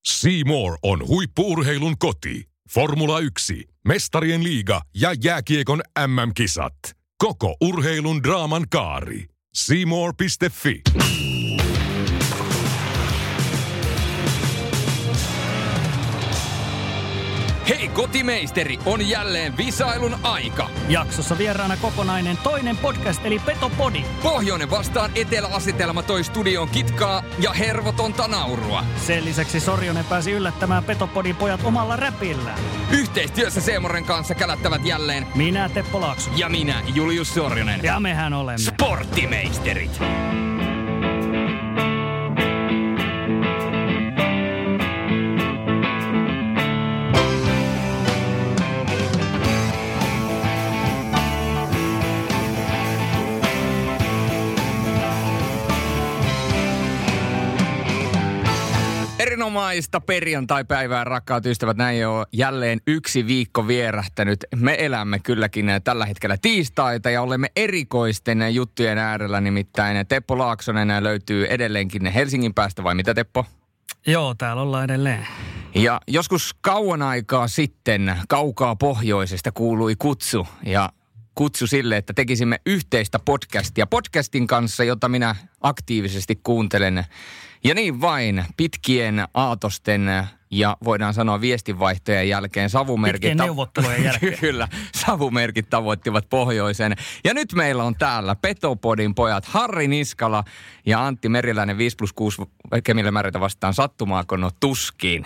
C More on huippu-urheilun koti. Formula 1, Mestarien liiga ja jääkiekon MM-kisat. Koko urheilun draaman kaari. C-more.fi. Hei kotimeisteri, on jälleen visailun aika. Jaksossa vieraana kokonainen toinen podcast eli Petopodi. Pohjoinen vastaan eteläasetelma toi studioon kitkaa ja hervotonta naurua. Sen lisäksi Sorjonen pääsi yllättämään Petopodin pojat omalla räpillään. Yhteistyössä Seemoren kanssa kälättävät jälleen Minä Teppo Laakso. ja minä Julius Sorjonen. Ja mehän olemme Sporttimeisterit. Erinomaista perjantai-päivää, rakkaat ystävät. Näin on jälleen yksi viikko vierähtänyt. Me elämme kylläkin tällä hetkellä tiistaita ja olemme erikoisten juttujen äärellä. Nimittäin Teppo Laaksonen löytyy edelleenkin Helsingin päästä, vai mitä Teppo? Joo, täällä ollaan edelleen. Ja joskus kauan aikaa sitten kaukaa pohjoisesta kuului kutsu ja kutsu sille, että tekisimme yhteistä podcastia podcastin kanssa, jota minä aktiivisesti kuuntelen. Ja niin vain pitkien aatosten ja voidaan sanoa viestinvaihtojen jälkeen pitkien neuvottelujen jälkeen. Kyllä, savumerkit tavoittivat pohjoisen. Ja nyt meillä on täällä Petopodin pojat Harri Niskala ja Antti Meriläinen 5+6 Kemille Märätä vastaan sattumaako no tuskin.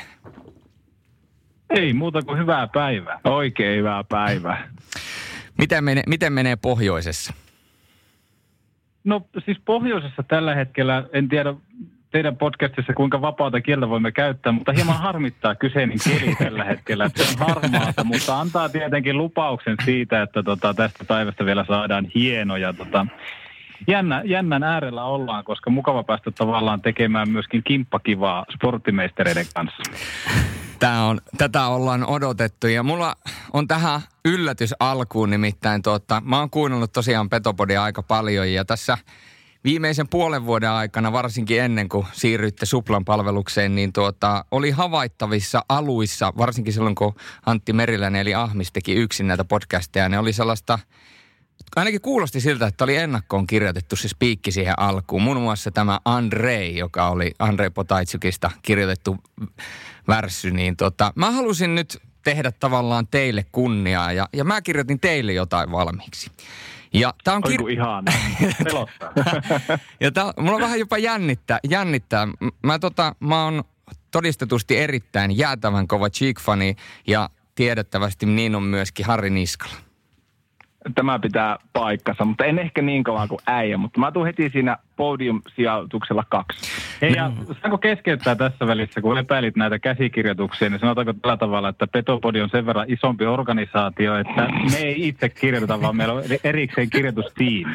Ei muuta kuin hyvää päivää. Oikein hyvää päivää. Miten menee pohjoisessa? No siis pohjoisessa tällä hetkellä, en tiedä teidän podcastissa kuinka vapaata kieltä voimme käyttää, mutta hieman harmittaa kyseinen kieli tällä hetkellä. Että se on harmaata, mutta antaa tietenkin lupauksen siitä, että tästä päivästä vielä saadaan hienoja. Jännän äärellä ollaan, koska mukava päästä tavallaan tekemään myöskin kimppakivaa sporttimeistereiden kanssa. Tätä ollaan odotettu ja mulla on tähän yllätys alkuun, nimittäin mä oon kuunnellut tosiaan Petopodia aika paljon ja tässä viimeisen puolen vuoden aikana, varsinkin ennen kuin siirryitte Suplan palvelukseen, niin oli havaittavissa aluissa, varsinkin silloin kun Antti Meriläinen eli Ahmis teki yksin näitä podcasteja, ne oli sellaista, ainakin kuulosti siltä, että oli ennakkoon kirjoitettu se spiikki siihen alkuun. Muun muassa tämä Andrei, joka oli Andrei Potaitsukista kirjoitettu värssy, niin mä halusin nyt tehdä tavallaan teille kunniaa ja mä kirjoitin teille jotain valmiiksi. Ja tää on ihanaa. Pelottaa. Ja mulla on vähän jopa jännittää. Mä oon todistetusti erittäin jäätävän kova Cheek-fani ja tiedettävästi niin on myöskin Harri Niskala. Tämä pitää paikkansa, mutta en ehkä niin kauan kuin äijä, mutta mä tuun heti siinä podium-sijoituksella 2. Hei, ja saanko keskeyttää tässä välissä, kun epäilit näitä käsikirjoituksia, niin sanotaanko tällä tavalla, että Petopodi on sen verran isompi organisaatio, että me ei itse kirjoita, vaan meillä on erikseen kirjoitustiimi.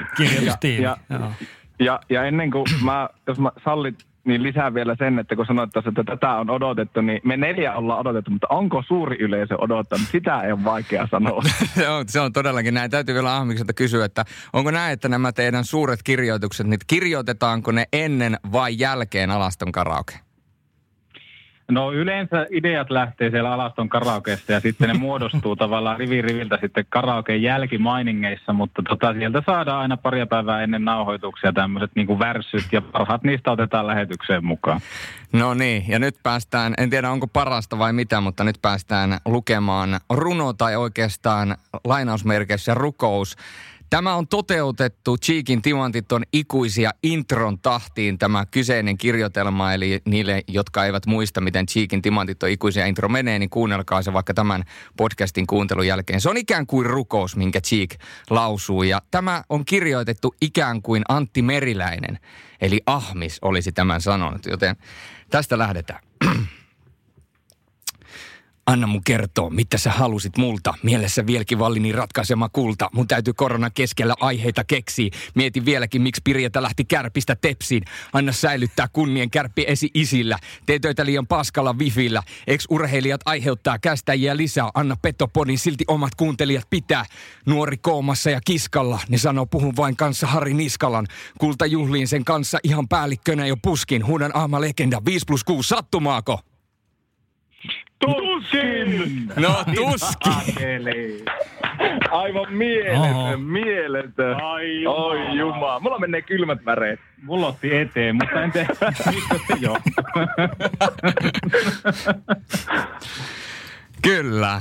Ja ennen kuin jos mä sallit, niin lisää vielä sen, että kun sanoit tässä, että tätä on odotettu, niin me 4 ollaan odotettu, mutta onko suuri yleisö odottanut? Sitä ei ole vaikea sanoa. Se on todellakin näin. Täytyy vielä Ahmikselta kysyä, että onko näin, että nämä teidän suuret kirjoitukset, niin kirjoitetaanko ne ennen vai jälkeen Alaston karaoke? No yleensä ideat lähtee siellä Alaston karaokeesta ja sitten ne muodostuu tavallaan riviltä sitten karaokeen jälkimainingeissa, mutta sieltä saadaan aina paria päivää ennen nauhoituksia tämmöiset niin kuin värssyt ja parhaat niistä otetaan lähetykseen mukaan. No niin, ja nyt päästään, en tiedä onko parasta vai mitä, mutta nyt päästään lukemaan runo tai oikeastaan lainausmerkeissä rukous. Tämä on toteutettu, Cheekin timantit on ikuisia intron tahtiin tämä kyseinen kirjoitelma, eli niille, jotka eivät muista, miten Cheekin timantit on ikuisia intro menee, niin kuunnelkaa se vaikka tämän podcastin kuuntelun jälkeen. Se on ikään kuin rukous, minkä Cheek lausuu, ja tämä on kirjoitettu ikään kuin Antti Meriläinen, eli Ahmis olisi tämän sanonut, joten tästä lähdetään. Anna mun kertoa, mitä sä halusit multa. Mielessä vieläkin vallini ratkaisema kulta. Mun täytyy koronan keskellä aiheita keksiä. Mietin vieläkin, miksi Pirjata lähti kärpistä tepsiin. Anna säilyttää kunnien kärppi esi-isillä. Tee töitä liian paskalla wifillä. Ex-urheilijat aiheuttaa kästäjiä lisää. Anna Petopodin silti omat kuuntelijat pitää. Nuori koomassa ja kiskalla. Ne sanoo puhun vain kanssa Harri Niskalan. Kultajuhliin sen kanssa ihan päällikkönä jo puskin. Huudan aama legenda 5+6 sattumaako? Tuskin! No tuskin. Aivan mieletön. Oi jumala. Mulla menee kylmät väreet. Mulla otti eteen, mutta en tiedä, mistä se johtuu. Kyllä.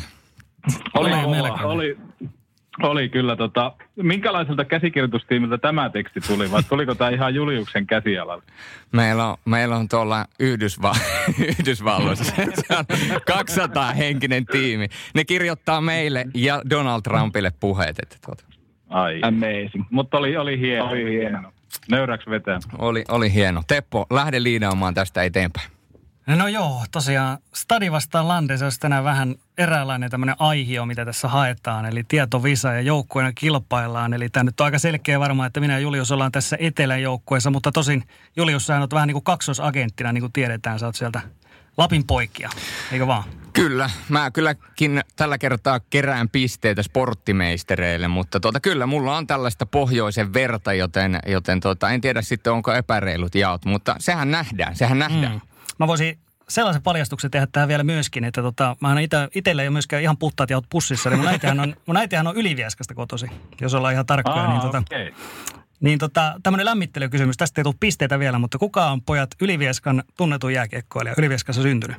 Oli kyllä. Minkälaiselta käsikirjoitustiimiltä tämä teksti tuli, vai tuliko tämä ihan Juliuksen käsialalle? Meillä on tuolla Yhdysvalloissa se on 200-henkinen tiimi. Ne kirjoittaa meille ja Donald Trumpille puheet. Ai. Amazing. Mutta oli hieno. Nöyräksi vetää. Oli hieno. Teppo, lähde liidaamaan tästä eteenpäin. No joo, tosiaan Stadi vastaan Lande, se olisi tänään vähän eräänlainen tämmöinen aihio, mitä tässä haetaan. Eli tietovisa ja joukkueena kilpaillaan. Eli tämä nyt on aika selkeä varmaan, että minä ja Julius ollaan tässä etelän joukkueessa, mutta tosin Julius, sä oot vähän niin kuin kaksosagenttina, niin kuin tiedetään. Sä oot sieltä Lapin poikia, eikö vaan? Kyllä, mä kylläkin tällä kertaa kerään pisteitä sporttimeistereille, mutta kyllä mulla on tällaista pohjoisen verta, joten en tiedä sitten onko epäreilut jaot, mutta sehän nähdään. Mä voisin sellaisen paljastuksen tehdä tähän vielä myöskin, että mä en itsellä ei ole myöskään ihan puhtaat jaot pussissa, niin mun äitihän on Ylivieskasta kotosi, jos ollaan ihan tarkkoja. Niin tämmöinen lämmittelykysymys, tästä ei tule pisteitä vielä, mutta kuka on pojat Ylivieskan tunnetun jääkiekkoilija, Ylivieskassa syntynyt?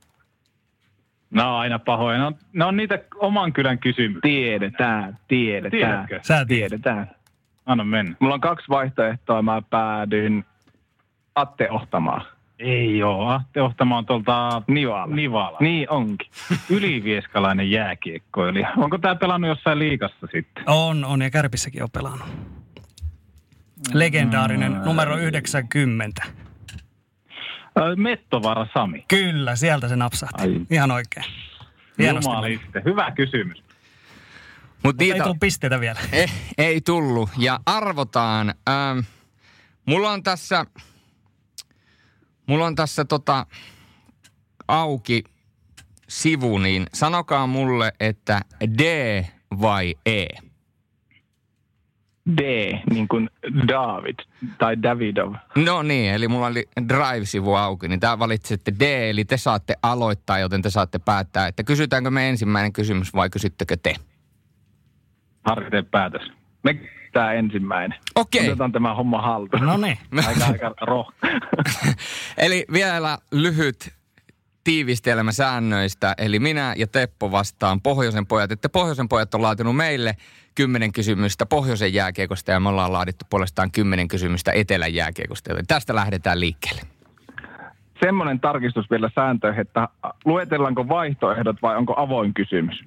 No aina pahoja. Ne on niitä oman kylän kysymyksiä. Tiedetään. Tiedätkö? Sä tiedetään. Anna mennä. Mulla on 2 vaihtoehtoa, mä päädyin Atte Ohtamaan. Ei oo, Atte Ohtama on tuolta Nivala. Niin onkin. Ylivieskalainen jääkiekkoilija. Onko tää pelannut jossain liigassa sitten? On ja Kärpissäkin on pelannut. Legendaarinen numero 90. Mettovara Sami. Kyllä, sieltä se napsahti. Ihan oikein. Jumaliste, hyvä kysymys. Mutta ei tullut pisteitä vielä. Ei tullut. Ja arvotaan. Mulla on tässä auki sivu, niin sanokaa mulle, että D vai E? D, niin kuin David tai Davidov. No niin, eli mulla oli Drive-sivu auki, niin tää valitsette D, eli te saatte aloittaa, joten te saatte päättää, että kysytäänkö me ensimmäinen kysymys vai kysyttekö te? Harkiteen päätös. Tää ensimmäinen. Okei. Otetaan tämä homma haltuun. No niin. Aika rohkea. Eli vielä lyhyt tiivistelmä säännöistä. Eli minä ja Teppo vastaan Pohjoisen pojat. Että Pohjoisen pojat on laatinut meille 10 kysymystä Pohjoisen jääkiekosta ja me ollaan laadittu puolestaan 10 kysymystä Etelän jääkiekosta. Joten tästä lähdetään liikkeelle. Semmoinen tarkistus vielä sääntöihin, että luetellaanko vaihtoehdot vai onko avoin kysymys?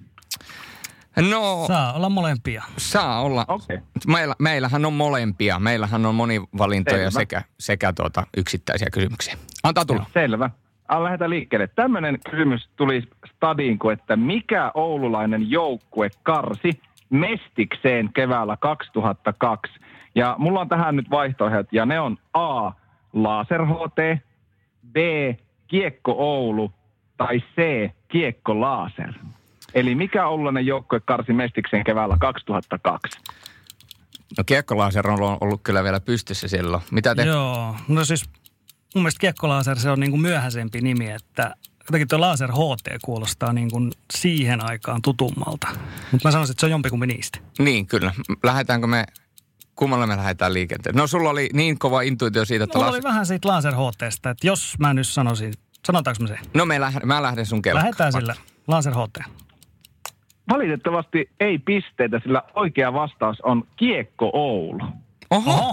No, saa olla molempia. Saa olla. Okay. Meillähän on molempia. Meillähän on monivalintoja sekä yksittäisiä kysymyksiä. Antaa tulla. Selvä. Lähdetään liikkeelle. Tämmöinen kysymys tuli Stadiin, että mikä oululainen joukkue karsi Mestikseen keväällä 2002? Ja mulla on tähän nyt vaihtoehdot, ja ne on A. Laser HT, B. Kiekko Oulu tai C. Kiekko Laser. Eli mikä oululainen joukkue karsi Mestikseen keväällä 2002? No Kiekko Laser on ollut kyllä vielä pystyssä silloin. Mitä te? Joo, no siis mun mielestä Kiekko Laser se on niin kuin myöhäisempi nimi, että jotenkin tuo Laser HT kuulostaa niin kuin siihen aikaan tutummalta. Mutta mä sanoisin, että se on jompikumpi niistä. Niin, kyllä. Kummalle me lähdetään liikenteen? No sulla oli niin kova intuitio siitä, että... Mulla oli vähän siitä Laser HT:stä, että jos mä nyt sanoisin, sanotaanko me se? No mä lähden sun kelkkaan. Lähdetään sillä Laser HT. Valitettavasti ei pisteitä, sillä oikea vastaus on Kiekko Oulu. Oho!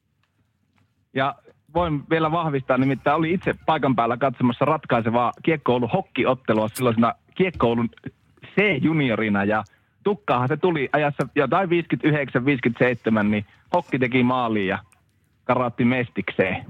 Ja voin vielä vahvistaa, nimittäin oli itse paikan päällä katsomassa ratkaisevaa Kiekko Oulun hokkiottelua silloisena Kiekko Oulun C-juniorina. Ja tukkaahan se tuli ajassa jotain 59-57, niin hokki teki maaliin ja karatti Mestikseen.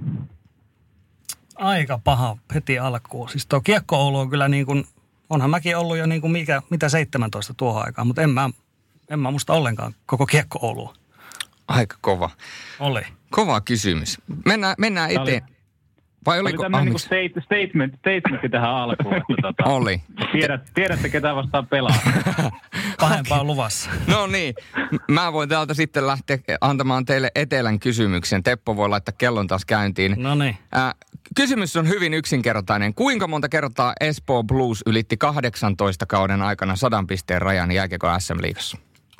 Aika paha heti alkuun. Siis tuo Kiekko Oulu on kyllä niin kuin... Onhan mäkin ollut jo niin kuin mitä 17 tuohon aikaan, mutta en mä musta ollenkaan koko Kiekko Oulua. Aika kova. Oli. Kova kysymys. Mennään eteen. Vai oliko tämmöinen niin statementti tähän alkuun. Että oli. Tiedätte, ketä vastaan pelaa. Pahempaa luvassa. No niin. Mä voin täältä sitten lähteä antamaan teille Etelän kysymyksen. Teppo voi laittaa kellon taas käyntiin. No niin. kysymys on hyvin yksinkertainen. Kuinka monta kertaa Espoo Blues ylitti 18 kauden aikana 100 pisteen rajan jääkiekon SM-liigassa?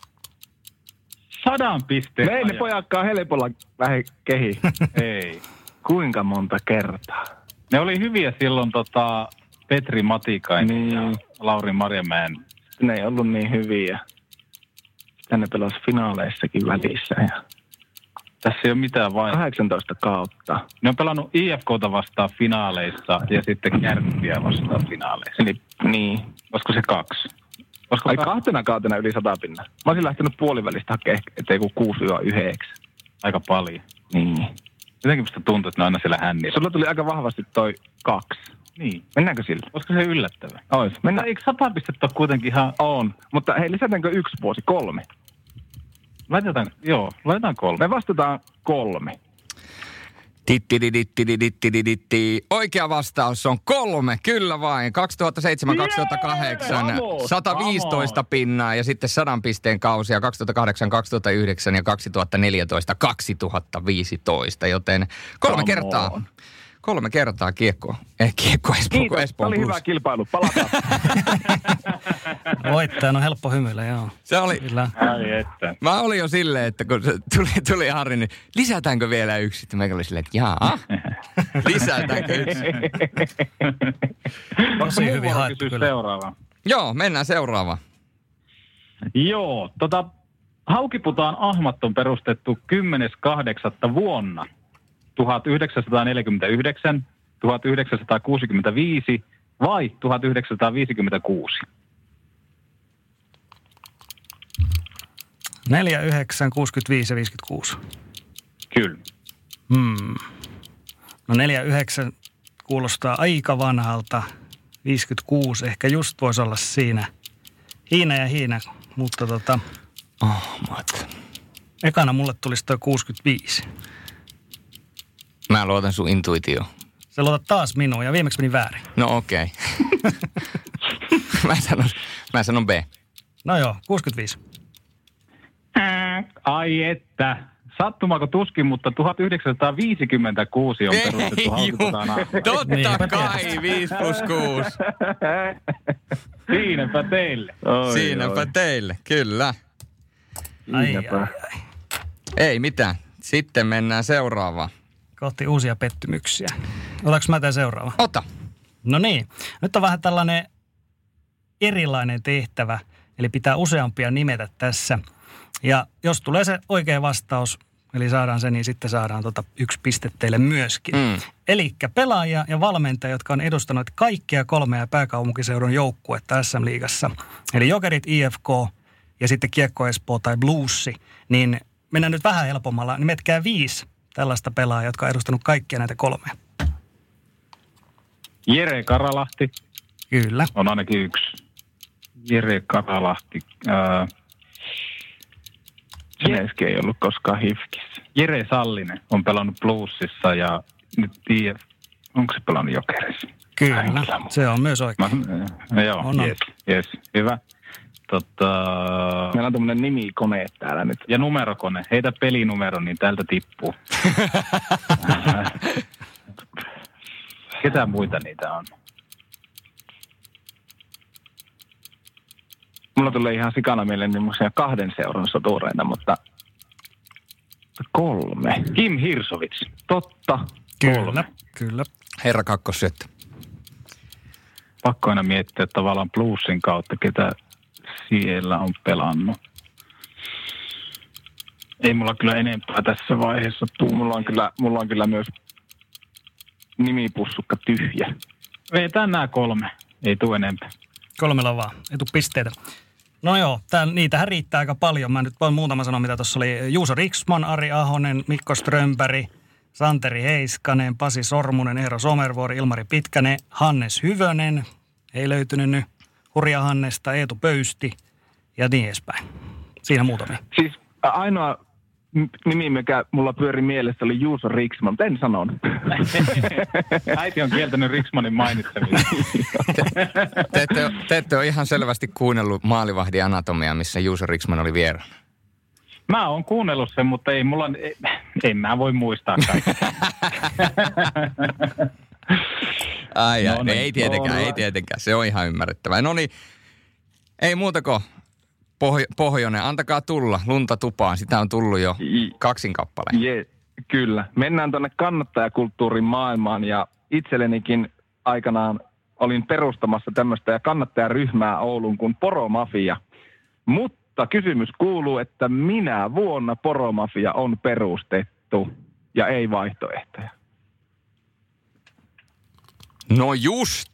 100 pisteen. Ei ne pojakkaan helpolla lähde kehi. Ei. Kuinka monta kertaa? Ne oli hyviä silloin Petri Matikainen ja Lauri Marjamäen. Ne ei ollut niin hyviä. Tänne pelasi finaaleissakin välissä. Ja Tässä ei ole mitään vaihtoehtoa. 18 kautta. Ne on pelannut IFK:ta vastaan finaaleissa ja sitten Kärppiä vastaan finaaleissa. Eli niin. Olisiko se 2? Ai 2 kautena yli 100 pinnaa. Mä olisin lähtenyt puolivälistä hakemaan, ettei kun 6-9. Aika paljon. Niin. Jotenkin musta tuntuu, että ne on aina siellä hännissä. Sulla tuli aika vahvasti toi 2. Niin. Mennäänkö sillä? Olisiko se yllättävää? Ois. Mennään. Eikö 100 pistettä ole kuitenkin ihan... On. Mutta hei, lisätäänkö 1 vuosi? 3? Laitetaan 3. Me vastataan 3. Oikea vastaus on 3, kyllä vain. 2007-2008 115 pinnaa ja sitten 100 pisteen kausia 2008, 2009 ja 2014, 2015. Joten 3 kertaa kiekko Espoo. Kiitos, oli hyvä kilpailu. Palataan. Voittajan on helppo hymyillä, joo. Se oli... Kyllä. Ai että. Mä olin jo silleen, että kun se tuli Harri, niin lisätäänkö vielä yksi? Sitten mä olin silleen, että jaa, lisätäänkö yksi? Tosi hyvin haettu kyllä. Seuraava. Joo, mennään seuraavaan. Joo, Haukiputaan ahmat on perustettu 10.8. vuonna 1949, 1965 vai 1956? 4, 9, 65 ja 56. Kyllä. No 4, 9 kuulostaa aika vanhalta. 56 ehkä just voisi olla siinä. Hiina, mutta Ahmat. ekana mulle tulisi toi 65. Mä luotan sun intuitioon. Se luotat taas minua ja viimeksi meni väärin. No okei. Mä sanon B. No joo, 65. Ai että. Sattumaako tuskin, mutta 1956 on perustettu Haukiputaan ahmat. Totta kai, 5+6. Siinäpä teille. Siinäpä teille, kyllä. Ai. Ei mitään. Sitten mennään seuraavaan. Kohti uusia pettymyksiä. Otaks mä tämän seuraava? Ota. No niin. Nyt on vähän tällainen erilainen tehtävä. Eli pitää useampia nimetä tässä. Ja jos tulee se oikea vastaus, eli saadaan se, niin sitten saadaan 1 piste teille myöskin. Elikkä pelaajia ja valmentajia, jotka on edustanut kaikkia 3 pääkaupunkiseudun joukkuetta SM-liigassa. Eli Jokerit, IFK ja sitten Kiekko Espoo tai Bluesi. Niin mennään nyt vähän helpommalla. Nimetkää 5 tällaista pelaajaa, jotka on edustanut kaikkia näitä 3. Jere Karalahti. Kyllä. On ainakin 1. Jere Karalahti. Sineski ei ollut koskaan HIFKissä. Jere Sallinen on pelannut Bluesissa ja nyt tiedä, onko se pelannut Jokerissa? Kyllä, se on myös oikein. Joo, on. Yes, hyvä. Meillä on tämmöinen nimikone täällä nyt. Ja numerokone. Heitä pelinumero, niin täältä tippuu. Ketä muita niitä on? Mulla tulee ihan sikana mieleen nimmoisia 2 seuran sotureita, mutta 3. Kim Hirsovits. Totta. 3. Kyllä. Herra kakkosyöttö. Pakko aina miettiä tavallaan Bluesin kautta, ketä siellä on pelannut. Ei mulla kyllä enempää tässä vaiheessa tuu. Mulla on kyllä myös nimipussukka tyhjä. Vetään nämä 3. Ei tule enempää. 3 vaan. Ei tule pisteitä. No joo, niitähän riittää aika paljon. Mä nyt voin muutama sanoa, mitä tuossa oli. Juuso Riksman, Ari Ahonen, Mikko Strömberg, Santeri Heiskanen, Pasi Sormunen, Eero Somervuori, Ilmari Pitkänen, Hannes Hyvönen. Ei löytynyt nyt. Hurja Hannesta, Eetu Pöysti ja niin edespäin. Siinä muutamia. Siis ainoa nimi, mikä mulla pyöri mielessä, oli Juuso Riksman, mutta en sanonut. Äiti on kieltänyt Riksmanin mainitsemista. Te ette ole ihan selvästi kuunnellut Maalivahdin anatomiaa, missä Juuso Riksman oli vieraana. Mä oon kuunnellut sen, mutta ei mulla... En mä voi muistaa kaikkea. Ei tietenkään. Se on ihan ymmärrettävää. No niin, ei muuta kuin pohjoinen. Antakaa tulla lunta tupaan. Sitä on tullut jo 2 kappaleen. Kyllä. Mennään tuonne kannattajakulttuurin maailmaan ja itsellenikin aikanaan olin perustamassa tämmöistä ja kannattajaryhmää Oulun kuin Poromafia. Mutta kysymys kuuluu, että minä vuonna Poromafia on perustettu ja ei vaihtoehtoja. No just.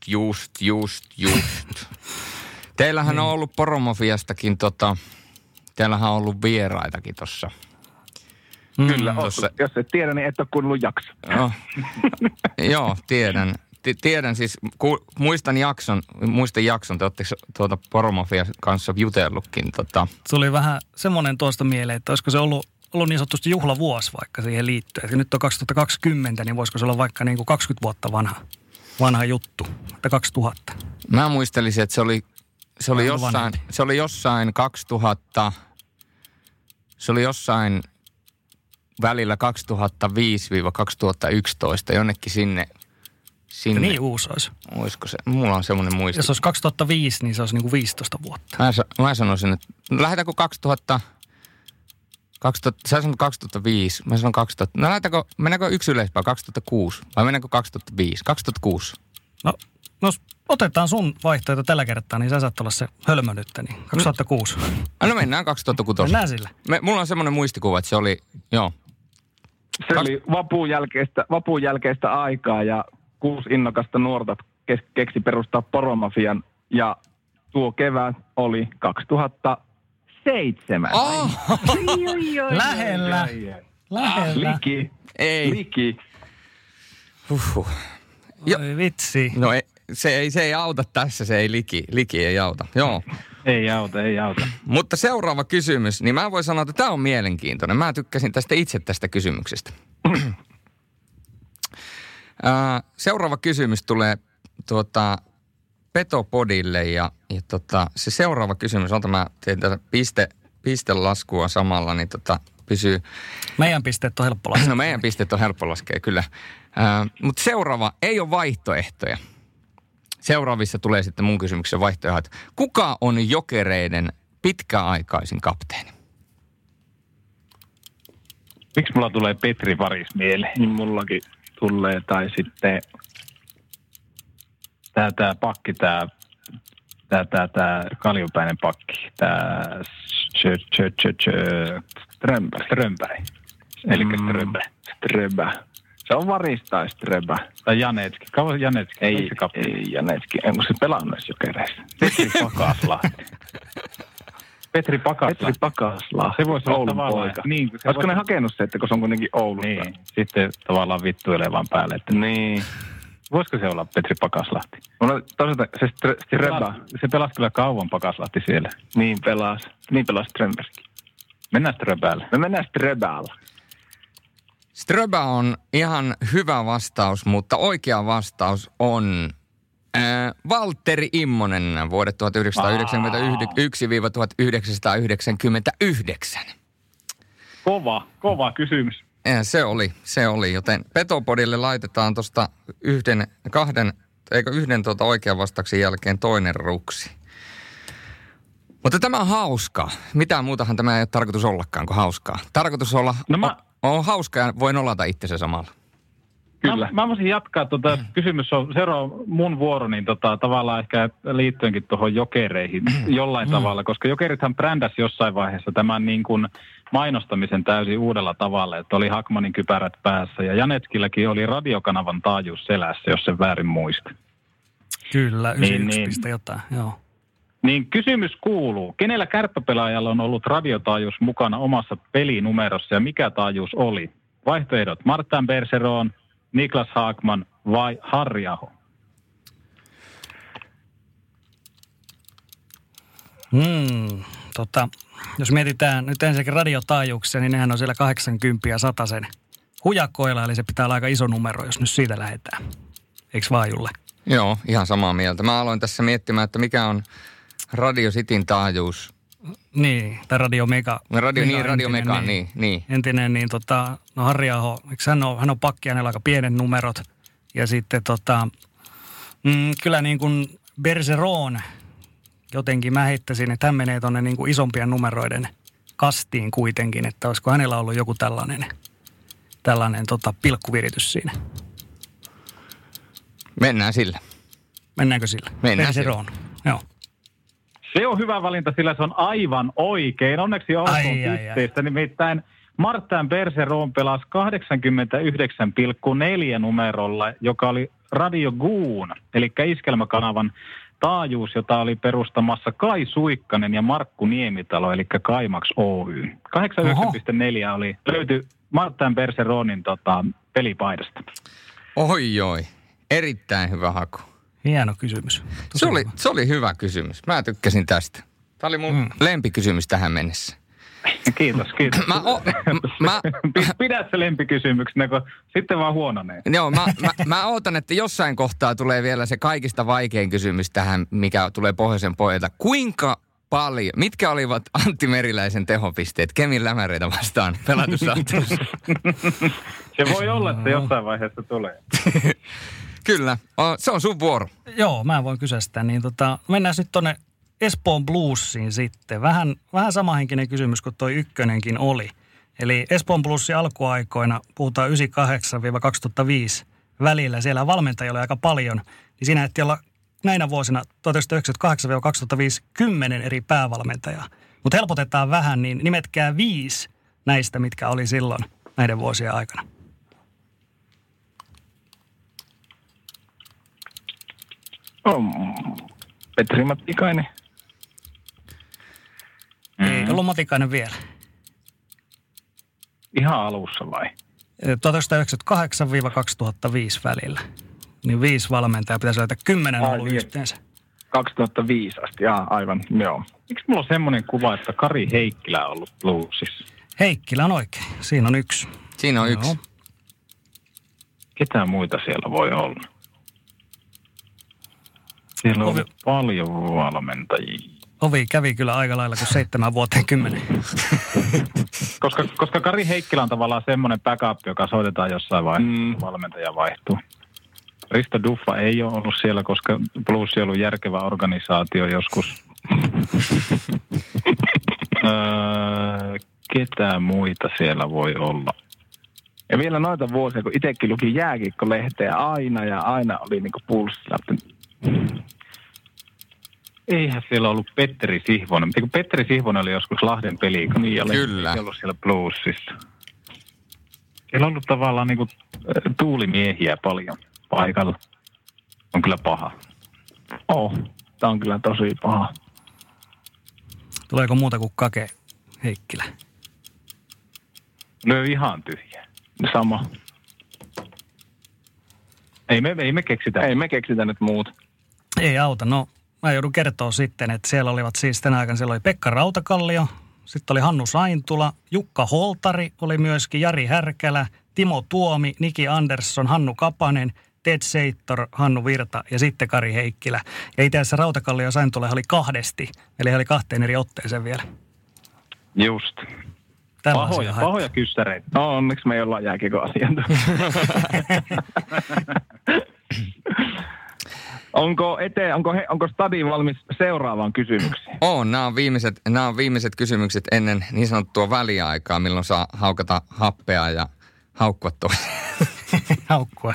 Teillähän on ollut Poromafiastakin teillähän on ollut vieraitakin tossa. Kyllä, jos et tiedä, niin et ole kuunnellut jakso. Joo, tiedän. Tiedän siis, muistan jakson, te olette Poromafia kanssa jutellutkin. Tuli vähän semmoinen tuosta mieleen, että olisiko se ollut niin sanotusti juhlavuosi vaikka siihen liittyen. Että nyt on 2020, niin voisiko se olla vaikka niin kuin 20 vuotta vanha juttu, että 2000. Mä muistelisin, että se oli jossain välillä 2005-2011, jonnekin sinne. Niin uusi olisi. Olisiko se? Mulla on semmoinen muisti. Jos olisi 2005, niin se olisi niin kuin 15 vuotta. Mä sanoisin, että lähdetäänkö 2000, sä sanot 2005, mä sanon 2000. No mennäänkö yksi ylöspäin, 2006 vai mennäänkö 2005? 2006. No otetaan sun vaihtoehto tällä kertaa, niin sä saat olla se hölmö nyt, niin 2006. No mennään 2006. Mennään sillä. Mulla on semmoinen muistikuva, että se oli, joo. Se oli vapuun jälkeistä aikaa ja 6 innokasta nuorta keksi perustaa Poromafian ja tuo kevät oli 2007. Lähellä. Liki. Oi vitsi. No se ei auta tässä, se ei liki ei auta. Joo. Ei auta. Mutta seuraava kysymys, niin mä voin sanoa, että tämä on mielenkiintoinen. Mä tykkäsin tästä kysymyksestä. Seuraava kysymys tulee Petopodille ja se seuraava kysymys, mä teen tätä pistelaskua samalla, niin pysyy. Meidän pisteet on helppo laskea. No meidän pisteet on helppo laskea, kyllä. Mutta seuraava ei ole vaihtoehtoja. Seuraavissa tulee sitten mun kysymyksen vaihtoehdot. Kuka on Jokereiden pitkäaikaisin kapteeni? Miksi mulla tulee Petri Varis mieleen? Niin mullakin tulee, tai sitten Tää pakki, tää kaljupäinen pakki, tää Strömberg. Elikkä Ströbä. Se on Varis tai Ströbä. Tai Janetski. Kauan Janetski? Ei Janetski. Onko se pelannut noissa Jokereissa? Petri Pakaslahti. Se voisi olla tavallaan. Niin, olisiko ne hakenut se, että kun se on kuitenkin Oulusta? Niin, sitten tavallaan vittuilevan päälle. Että niin. Voisiko se olla Petri Pakaslahti? No toisaalta se Ströbä. Se pelasi kyllä kauan Pakaslahti siellä. Niin pelasi Strömbergkin. Mennään Ströbäällä. Me mennään Ströbäällä. Ströbä on ihan hyvä vastaus, mutta oikea vastaus on Valtteri Immonen vuodet 1991-1999. Kova kysymys. Se oli, joten Petopodille laitetaan tuosta yhden oikean vastauksen jälkeen toinen ruksi. Mutta tämä on hauskaa. Mitään muutahan tämä ei ole tarkoitus ollakaan kuin hauskaa. Tarkoitus olla on hauskaa ja voi nolata itsensä samalla. Kyllä. Mä voisin jatkaa. Kysymys on seuraava mun vuoro, niin tavallaan ehkä liittyenkin tuohon Jokereihin jollain tavalla, koska Jokerithan brändäsi jossain vaiheessa tämän niin kuin mainostamisen täysin uudella tavalla, että oli Hakmanin kypärät päässä ja Janetskilläkin oli radiokanavan taajuus selässä, jos sen väärin muista. Kyllä, 91 jotain, joo. Niin kysymys kuuluu, kenellä kärppäpelaajalla on ollut radiotaajuus mukana omassa pelinumerossa ja mikä taajuus oli? Vaihtoehdot Martin Bergeron, Niklas Haakman vai Harri Aho? Jos mietitään nyt ensinnäkin radiotaajuuksia, niin nehän on siellä 80 ja 100 hujakoilla, eli se pitää olla aika iso numero, jos nyt siitä lähdetään. Eikö vaan, Julle? Joo, ihan samaa mieltä. Mä aloin tässä miettimään, että mikä on Radio Cityn taajuus Niin, tai Radio Mega. Radio Mega, niin. Entinen, niin no Harri Aho, hän on pakki, hänellä aika pienet numerot. Ja sitten kyllä niin kuin Bergeron, jotenkin mä heittäisin, että hän menee tuonne niin kuin isompien numeroiden kastiin kuitenkin, että olisiko hänellä ollut joku tällainen pilkkuviritys siinä. Mennään sillä. Mennäänkö sillä? Mennään Bergeron, joo. Se on hyvä valinta, sillä se on aivan oikein. Onneksi olkoon pisteistä. Nimittäin Martin Bergeron pelasi 89,4 numerolla, joka oli Radio Goon, eli iskelmäkanavan taajuus, jota oli perustamassa Kai Suikkanen ja Markku Niemitalo, eli Kaimax Oy. 89,4 löytyi Martin Bergeronin pelipaidasta. Oi, erittäin hyvä haku. Hieno kysymys. Se oli hyvä kysymys. Mä tykkäsin tästä. Tämä oli mun lempikysymys tähän mennessä. Kiitos. Pidä se lempikysymyksenä, kun sitten vaan huononee. Joo, mä ootan, että jossain kohtaa tulee vielä se kaikista vaikein kysymys tähän, mikä tulee Pohjoisen pojilta. Kuinka paljon, mitkä olivat Antti Meriläisen tehopisteet Kemin Lämäreitä vastaan pelatussa ottelussa? Se voi olla, että jossain vaiheessa tulee. Kyllä, se on sun vuoro. Joo, mä voin kysyä sitä. Niin mennään nyt tonne Espoon Bluesiin sitten. Vähän samahenkinen kysymys kuin toi ykkönenkin oli. Eli Espoon Bluesin alkuaikoina, puhutaan 98-2005 välillä, siellä valmentajia oli aika paljon. Niin siinä ehti olla näinä vuosina 1998-2005 10 eri päävalmentajaa. Mutta helpotetaan vähän, niin nimetkää 5 näistä, mitkä oli silloin näiden vuosien aikana. Petri Matikainen. Ei ollut Matikainen vielä. Ihan alussa vai? 1998-2005 välillä. Niin 5 valmentajaa pitäisi löytää 10 ollut yhteensä. 2005 asti, aivan, joo. Miksi mulla on semmoinen kuva, että Kari Heikkilä on ollut Bluesissa? Heikkilä on oikein. Siinä on 1. Siinä on 1. Ketä muita siellä voi olla? Siellä on ollut paljon valmentajia. Ovi kävi kyllä aika lailla kuin 7 vuoteen 10. Koska Kari Heikkilä on tavallaan semmoinen backup, joka soitetaan jossain vaiheessa, valmentaja vaihtuu. Risto Duffa ei ole ollut siellä, koska Blues on ollut järkevä organisaatio joskus. Ketä muita siellä voi olla? Ja vielä noita vuosia, kun itsekin luki jääkiekko-lehteä aina oli niinku pulssilla. Eihän siellä ollut Petteri Sihvonen. Petteri Sihvonen oli joskus Lahden peli, kun niin Kyllä. Ei ollut siellä Bluesissa. Siellä on ollut tavallaan niinku tuulimiehiä paljon paikalla. On kyllä paha. Tää on kyllä tosi paha. Tuleeko muuta kuin Kake Heikkilä? No ihan tyhjä. Sama. Ei me keksitä. Ei me keksitä nyt muut. Ei auta. No, mä joudun kertoa sitten, että siellä olivat siis tänä aikana, siellä oli Pekka Rautakallio, sitten oli Hannu Saintula, Jukka Holtari oli myöskin, Jari Härkälä, Timo Tuomi, Niki Andersson, Hannu Kapanen, Ted Seittor, Hannu Virta ja sitten Kari Heikkilä. Ja itse asiassa Rautakallio ja Saintula oli 2, eli he oli 2 eri otteeseen vielä. Just. Pahoja kyssäreitä. No onneksi me ei olla jääkiekon asiantuntija. Onko Stadi valmis seuraavaan kysymykseen? Nämä on viimeiset kysymykset ennen niin sanottua väliaikaa, milloin saa haukata happea ja haukkua toiseen. Haukkua.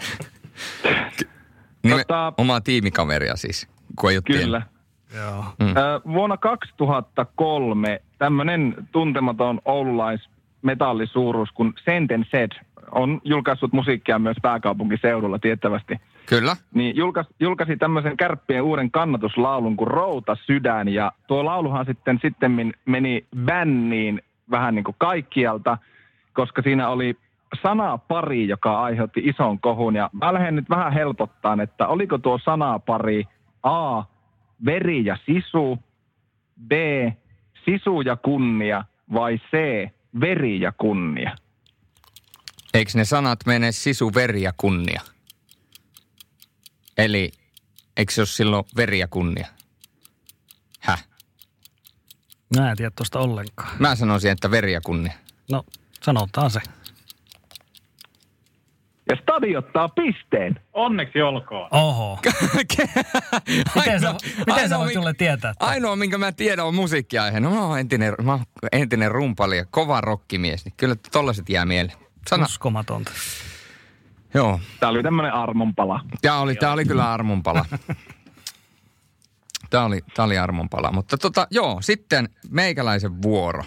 Omaa tiimikaveria siis, kun ei ole Kyllä. Joo. Vuonna 2003 tämmöinen tuntematon oululaismetallisuuruus kuin Sentenced on julkaissut musiikkia myös pääkaupunkiseudulla tiettävästi. Kyllä. Niin julkaisi tämmöisen Kärppien uuden kannatuslaulun kuin Routa sydän, ja tuo lauluhan sitten meni bänniin vähän niin kuin kaikkialta, koska siinä oli sanapari, joka aiheutti ison kohun, ja mä lähden nyt vähän helpottaan, että oliko tuo sanapari A, veri ja sisu, B, sisu ja kunnia, vai C, veri ja kunnia? Eikö ne sanat mene sisu, veri ja kunnia? Eli eikö se ole silloin veri ja kunnia? Häh? Mä en tiedä tuosta ollenkaan. Mä sanoisin, että veri ja kunnia. No, sanotaan se. Ja Stadi ottaa pisteen. Onneksi olkoon. Oho. Miten sä voit sulle tietää? Ainoa, minkä mä tiedän, on musiikkiaihe. No, mä oon entinen rumpali ja kova rokkimies. Niin kyllä tollaiset jää mieleen. Uskomatonta. Joo. Tää oli tämmönen armonpala. Tää oli kyllä armonpala. Tää oli armonpala. Mutta joo, sitten meikäläisen vuoro.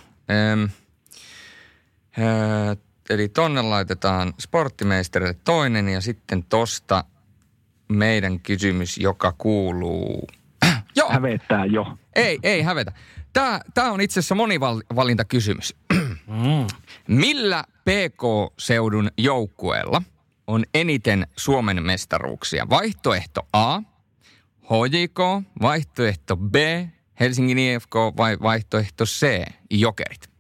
Eli tonne laitetaan sporttimeisterille toinen ja sitten tosta meidän kysymys, joka kuuluu... Joo. Hävettää jo. Ei hävetä. Tää on itse asiassa monivalintakysymys. Millä PK-seudun joukkueella on eniten Suomen mestaruuksia? Vaihtoehto A, HJK, vaihtoehto B, Helsingin IFK vai vaihtoehto C, Jokerit?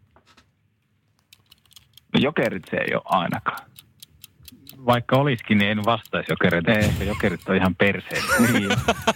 No Jokerit se ei ole ainakaan. Vaikka olisikin, niin en vastaisi Jokereita. Ei. Jokerit on ihan perseet. Niin.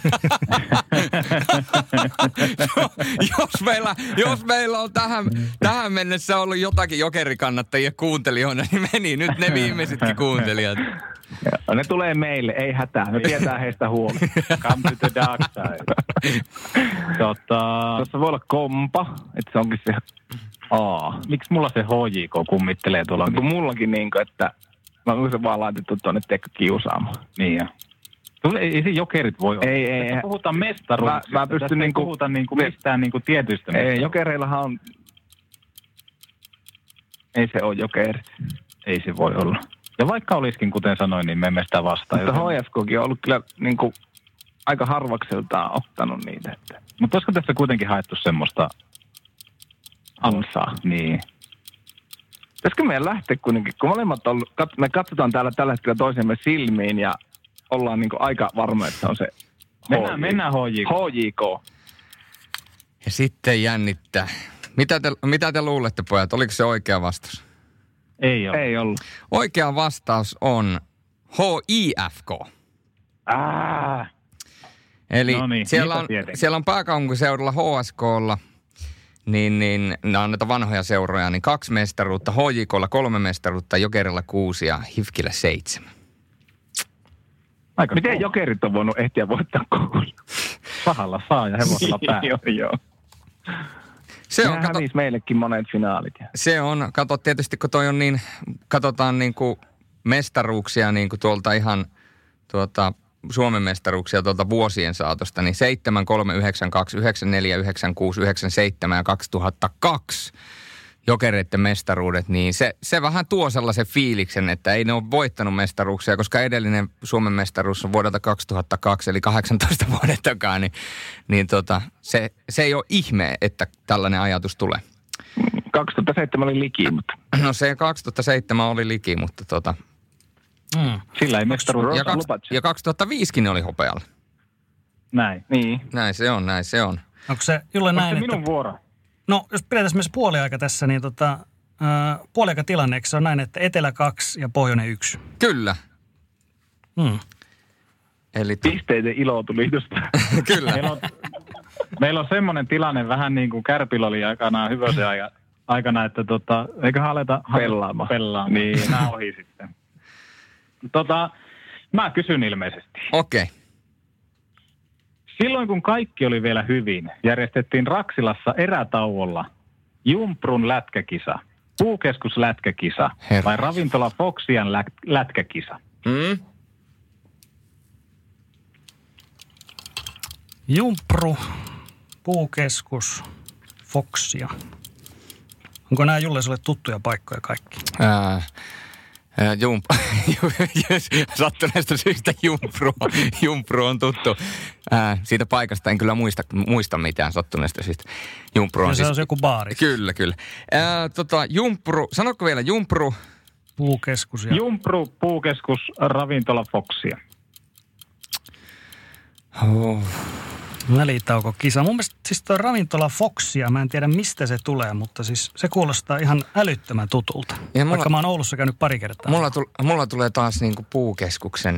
jos meillä on tähän mennessä ollut jotakin jokerikannattajia kuuntelijoina, niin meni nyt ne viimeisetkin kuuntelijat. Ja, ne tulee meille, ei hätää. Me pidetään heistä huoli. Come to the dark side. Tuossa voi olla kompa, että se onkin se A. Miksi mulla se HJK kummittelee tuolla? Kun mullakin niinku, että onko se vaan laitettu tuonne kiusaamaan. Niin jo. Ei se Jokerit voi olla. Ei. Tässä puhutaan mestaruuksista. Mä pystyn niinku... puhutaan niinku mistään niinku tietyistä mestaruuksista. Ei, Jokereillahan on... Ei se ole Jokerit. Ei se voi olla. Ja vaikka olisikin, kuten sanoin, niin me emme sitä vastaa. Mutta HFKkin on ollut kyllä niinku aika harvakseltaan ottanut niitä. Mutta olisiko tässä kuitenkin haettu semmoista ansaa? Niin. Pitäisikö meidän lähteä kuitenkin, kun molemmat on, me katsotaan täällä tällä hetkellä toisemme silmiin ja ollaan niinku aika varma, että on se Mennään HJK. HJK. Ja sitten jännittää. Mitä te luulette, pojat? Oliko se oikea vastaus? Ei ole. Ei ollut. Oikea vastaus on HIFK. Eli Noniin, siellä on pääkaupunkiseudulla HSK:lla, niin ne on näitä vanhoja seuroja, niin 2 mestaruutta, HJK:lla 3 mestaruutta, Jokerilla 6 ja HIFKillä 7. Miten cool. Jokerit on voinut ehtiä voittaa kouluun? Sahalla saa ja hevosella pää. Joo. Se on, hävisi meillekin monet finaalit. Se on, tietysti kun toi on niin, katsotaan niinku mestaruuksia niinku tuolta ihan Suomen mestaruuksia tuolta vuosien saatosta, niin 7, 3, 9, 2, 9, 4, 9, 6, 9, 7 ja 2002 Jokereiden mestaruudet, niin se vähän tuo sellaisen fiiliksen, että ei ne ole voittanut mestaruuksia, koska edellinen Suomen mestaruus on vuodelta 2002, eli 18 vuoden takaa, niin se ei ole ihme, että tällainen ajatus tulee. 2007 oli liki, mutta... No se 2007 oli liki, mutta Sillä ei mestaruus. Ja 2005kin oli hopealla. Näin. Niin. Näin se on. Onko se Julle näin, minun että... vuoro? No, jos pidetään myös puoliaika tässä, niin puoliaikatilanne, eikö se on näin, että etelä 2 ja pohjoinen 1? Kyllä. Eli pisteiden ilotuliitusta. Kyllä. Meillä on semmoinen tilanne vähän niin kuin Kärpillä oli aikanaan Hyvösen aikana, että eiköhän aleta pelaamaan. Niin, nämä ohi sitten. Mä kysyn ilmeisesti. Okei. Silloin kun kaikki oli vielä hyvin, järjestettiin Raksilassa erätauolla Jumprun lätkäkisa, Puukeskus lätkäkisa vai ravintola Foxian lätkäkisa? Jumpru, Puukeskus, Foxia. Onko nämä Julle sulle tuttuja paikkoja kaikki? Sattuneesta syystä Jumpru on tuttu. Siitä paikasta en kyllä muista mitään sattuneesta syystä. Jumpru on se on joku baari. Kyllä. Jumpru, sanotko vielä Jumpru? Puukeskus. Jumpru, Puukeskus, ravintola Foxia. Välitaukokisa. Mun mielestä siis tuo ravintola Foxia, mä en tiedä mistä se tulee, mutta siis se kuulostaa ihan älyttömän tutulta. Vaikka mä oon Oulussa käynyt pari kertaa. Mulla tulee taas niinku Puukeskuksen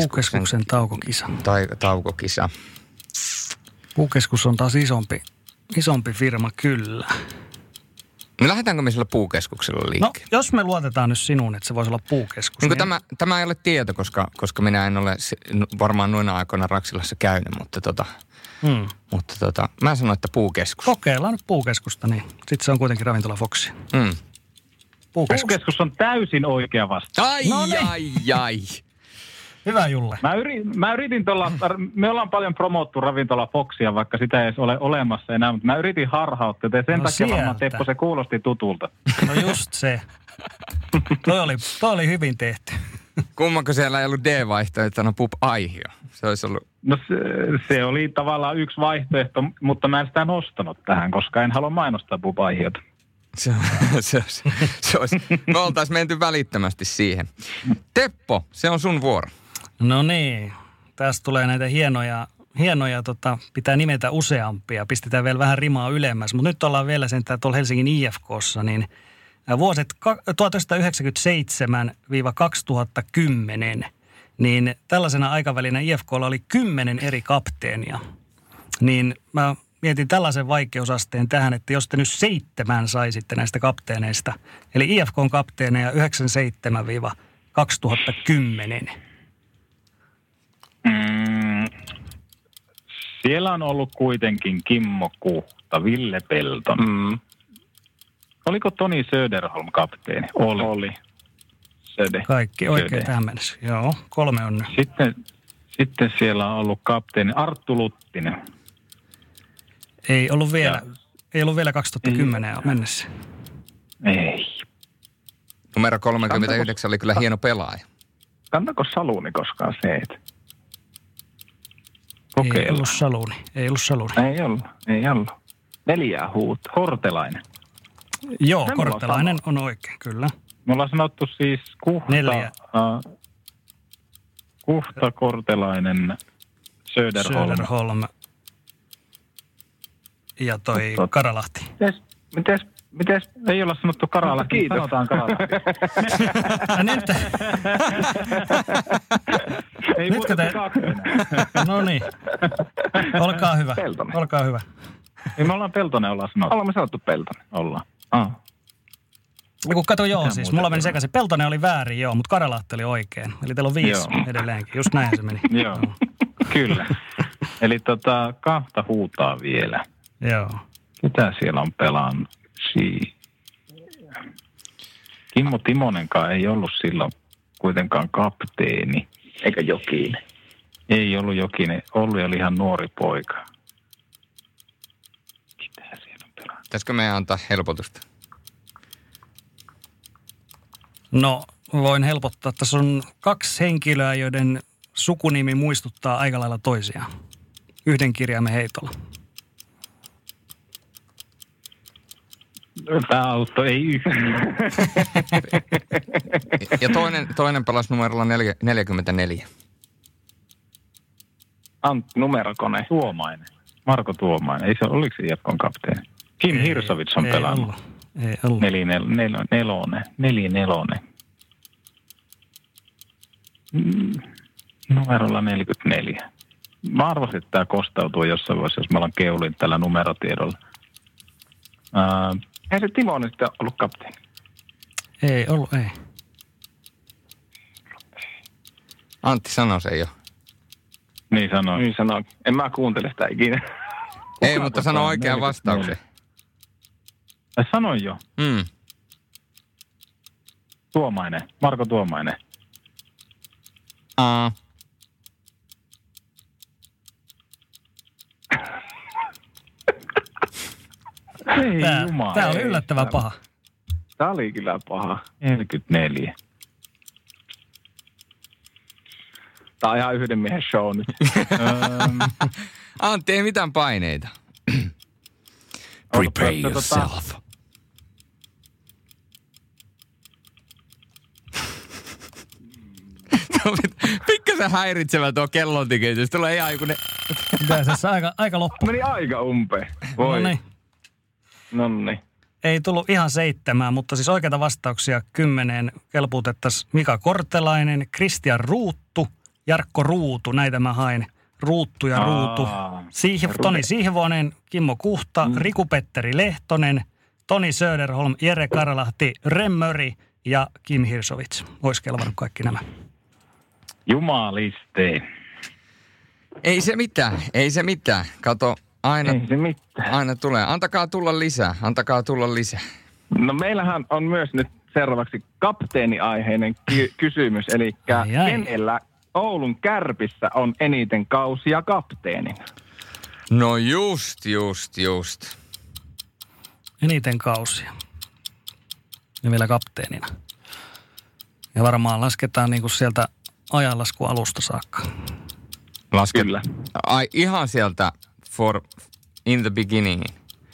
taukokisa. Taukokisa. Puukeskus on taas isompi Isompi firma, kyllä. No lähdetäänkö me sillä puukeskuksella liikkeelle? No, jos me luotetaan nyt sinuun, että se voisi olla puukeskus. Niin tämä ei ole tieto, koska minä en ole varmaan noina aikoina Raksilassa käynyt, mutta mä sanon, että puukeskus. Kokeillaan nyt puukeskusta, niin sitten se on kuitenkin Ravintola Foxi. Puukeskus on täysin oikea vastaus. Ai. Hyvä, Julle. Mä yritin me ollaan paljon promottu Ravintola Foxia, vaikka sitä ei edes ole olemassa enää, mutta mä yritin harhauttaa, ja sen takia varmaan Teppo se kuulosti tutulta. No just se. Toi oli hyvin tehty. Kummanko siellä ei ollut D-vaihtoehtona Pub-aihio? Se olisi ollut... No se oli tavallaan yksi vaihtoehto, mutta mä en sitä nostanut tähän, koska en halua mainostaa Pub-aihiota. Se olisi. Me oltaisiin menty välittömästi siihen. Teppo, se on sun vuoro. No niin, tästä tulee näitä hienoja pitää nimetä useampia. Pistetään vielä vähän rimaa ylemmäs, mutta nyt ollaan vielä sentään tuolla Helsingin IFK:ssa, niin vuoset 1997-2010, niin tällaisena aikavälinä IFK:lla oli 10 eri kapteenia. Niin mä mietin tällaisen vaikeusasteen tähän, että jos te nyt 7 saisitte näistä kapteeneista, eli IFK:n kapteeneja 97-2010. Siellä on ollut kuitenkin Kimmo Kuhta, Ville Pelton. Oliko Toni Söderholm kapteeni? Oli. Kaikki oikein tähän mennessä. Joo, 3 on nyt. Sitten siellä on ollut kapteeni Arttu Luttinen. Ei ollut vielä 2010 mennessä. Ei. Numero 39 oli kyllä hieno pelaaja. Kantako Saluni koskaan seet? Ei ollut Saluni. Ei ollut. 4 huuta. Kortelainen. Joo, Kortelainen on oikein, kyllä. Me ollaan sanottu siis Kuhta, 4. Kuhta, Kortelainen, Söderholm. Ja toi Karalahti. Mites ei olla sanottu Karalahti, kiitos. Sanotaan Karalahti. Ei nytkö te... No niin. Olkaa hyvä. Peltonen. Olkaa hyvä. Ei me ollaan Peltonen sanottu. Ollaan me sanottu Peltonen. Ollaan. Kun kato, siis mulla meni sekaisin. Peltonen oli väärin, mutta Karalahti oli oikein. Eli teillä on 5 edelleenkin. Just näin se meni. Joo, kyllä. Eli 2 huutaa vielä. Joo. Mitä siellä on pelannut? Kimmo Timonenkaan ei ollut silloin kuitenkaan kapteeni. Eikä Jokinen. Ei ollut Jokinen. Olli oli ihan nuori poika. Mitä siellä on pelannut? Pitäisikö meidän antaa helpotusta? No, voin helpottaa. Tässä on 2 henkilöä, joiden sukunimi muistuttaa aika lailla toisiaan. 1 kirjaimen heitolla. Pääautto ei yhtään. Ja toinen pelasi numerolla 44. Antti numerokone. Tuomainen. Marko Tuomainen. Ei se, oliko se IFK:n kapteeni? Kim Hirsovits on pelannut. Ei ollut. 4-4. Numerolla 44. Mä arvasin, että tämä kostautuu jossain vaiheessa, jos me ollaan keulin tällä numerotiedolla. Ei se Timonen sitten ollut kapteeni. Ei ollut, ei. Antti sanoi sen jo. Niin sanoi. En mä kuuntele sitä ikinä. Ei, mutta sano oikean vastauksen. Sanoin jo. Tuomainen. Marko Tuomainen. Tämä oli yllättävän paha. Tämä oli kyllä paha. 44. Tämä on ihan 1 miehen show nyt. Antti, ei mitään paineita. Prepare yourself. Pikkasen häiritsevä tuo kellontiketys. Tulee ihan joku ne... Tässä aika loppu. Meni aika umpeen. Noniin. Ei tullut ihan 7, mutta siis oikeita vastauksia 10 kelpuutettaisiin Mika Kortelainen, Kristian Ruuttu, Jarkko Ruutu. Näitä mä hain. Ruuttu ja Ruutu. Toni Sihvonen, Kimmo Kuhta, Riku-Petteri Lehtonen, Toni Söderholm, Jere Karalahti, Remmöri ja Kim Hirsovits. Olisi kelvannut kaikki nämä. Jumaliste. Ei se mitään. Kato, aina tulee. Antakaa tulla lisää. No meillähän on myös nyt seuraavaksi kapteeniaiheinen kysymys. Eli kenellä Oulun Kärpissä on eniten kausia kapteenina? No just. Eniten kausia. Ja vielä kapteenina. Ja varmaan lasketaan niinku sieltä ajanlasku alusta saakka. Kyllä. Ai ihan sieltä in the beginning.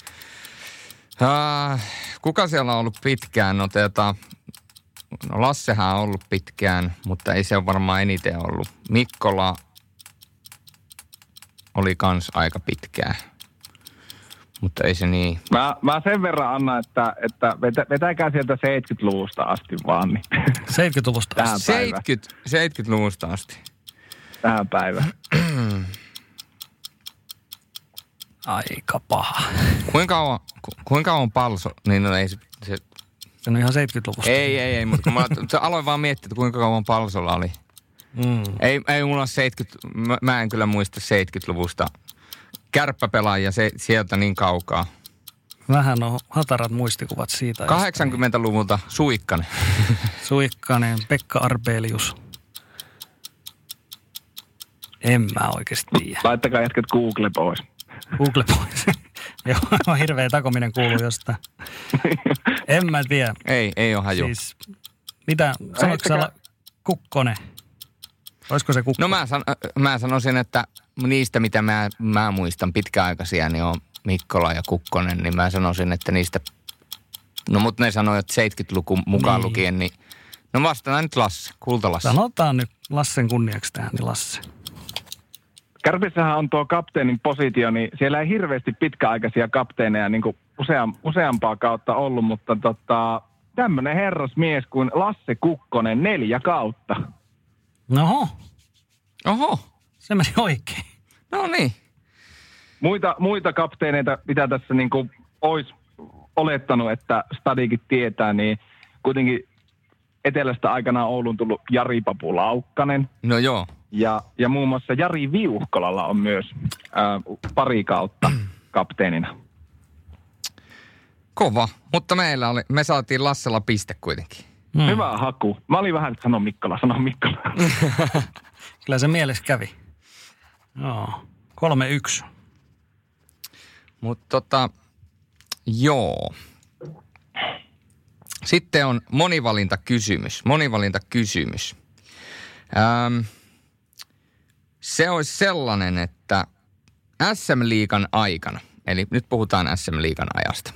Kuka siellä on ollut pitkään? No Lassehan on ollut pitkään, mutta ei se ole varmaan eniten ollut. Mikkola oli kans aika pitkään. Mutta ei se niin. Mä sen verran annan, että vetäkää sieltä 70-luvusta asti vaan. Niin. 70-luvusta asti? 70-luvusta asti. Tähän päivään. Aika paha. Kuinka kauan Palso? Niin no ei se on ihan 70-luvusta. Ei, mutta kun aloin vaan miettiä, että kuinka kauan Palsolla oli. Ei mulla 70, mä en kyllä muista 70-luvusta kärppäpelaajia sieltä niin kaukaa. Vähän on hatarat muistikuvat siitä. 80-luvulta Suikkanen. Suikkanen, Pekka Arbelius. En mä oikeasti tiedä. Laittakaa jätkät Google pois. Google pois. Joo, hirveä takominen kuuluu jostain. En mä tiedä. Ei ole haju. Siis, mitä, sanoitko sä Kukkonen? Olisiko se Kukkonen? No mä sanoisin, että niistä mitä mä muistan pitkäaikaisia, niin on Mikkola ja Kukkonen, niin mä sanoisin, että niistä, no mut ne sanoi, että 70-luku mukaan lukien, niin no vastataan nyt Lasse, Kulta-Lasse. Sanotaan nyt Lassen kunniaksi tähän, niin Lasse. Kärpissähän on tuo kapteenin positio, niin siellä ei hirveästi pitkäaikaisia kapteeneja niin kuin useampaa kautta ollut, mutta tämmöinen herrasmies kuin Lasse Kukkonen 4 kautta. Oho. Se meni oikein. No niin. Muita kapteeneita, mitä tässä niin kuin olisi olettanut, että Stadikin tietää, niin kuitenkin etelästä aikanaan Oulun tullut Jari Papu Laukkanen. No joo. Ja muun muassa Jari Viuhkolalla on myös pari kautta kapteenina. Kova, mutta me saatiin Lassella piste kuitenkin. Hyvä haku. Mä olin vähän, että sano Mikkola. Kyllä se mielessä kävi. Joo, 3-1. Mutta joo. Sitten on monivalintakysymys. Se olisi sellainen, että SM-liigan aikana, eli nyt puhutaan SM-liigan ajasta.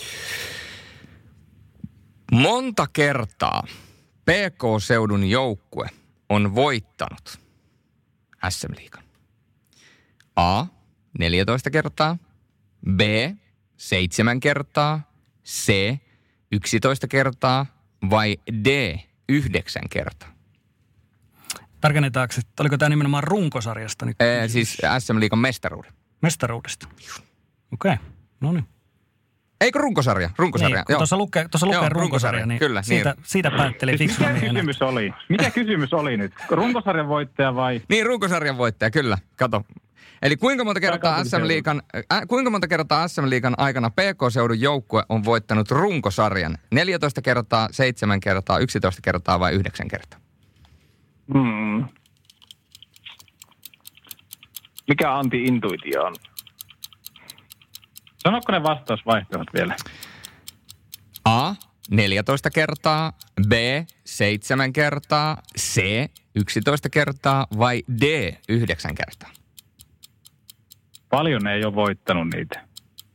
Monta kertaa PK-seudun joukkue on voittanut SM-liigan? A. 14 kertaa. B. 7 kertaa. C. 11 kertaa. Vai D. 9 kertaa? Tarkennetaanko, että oliko tämä nimenomaan runkosarjasta? Niin siis SM-liigan mestaruuden. Mestaruudesta. Okei, no niin. Eikö runkosarja? Runkosarja, niin, tuossa lukee runkosarja, niin kyllä, siitä päättelee fiksuja. Mikä kysymys oli nyt? Runkosarjan voittaja vai? Niin, runkosarjan voittaja, kyllä. Kato. Eli kuinka monta kertaa SM-liigan aikana PK-seudun joukkue on voittanut runkosarjan? 14 kertaa, 7 kertaa, 11 kertaa vai 9 kertaa? Mikä anti-intuitio on? Sanotko ne vastausvaihtoehdot vielä? A. 14 kertaa, B. 7 kertaa, C. 11 kertaa vai D. 9 kertaa? Paljon ei ole voittanut niitä.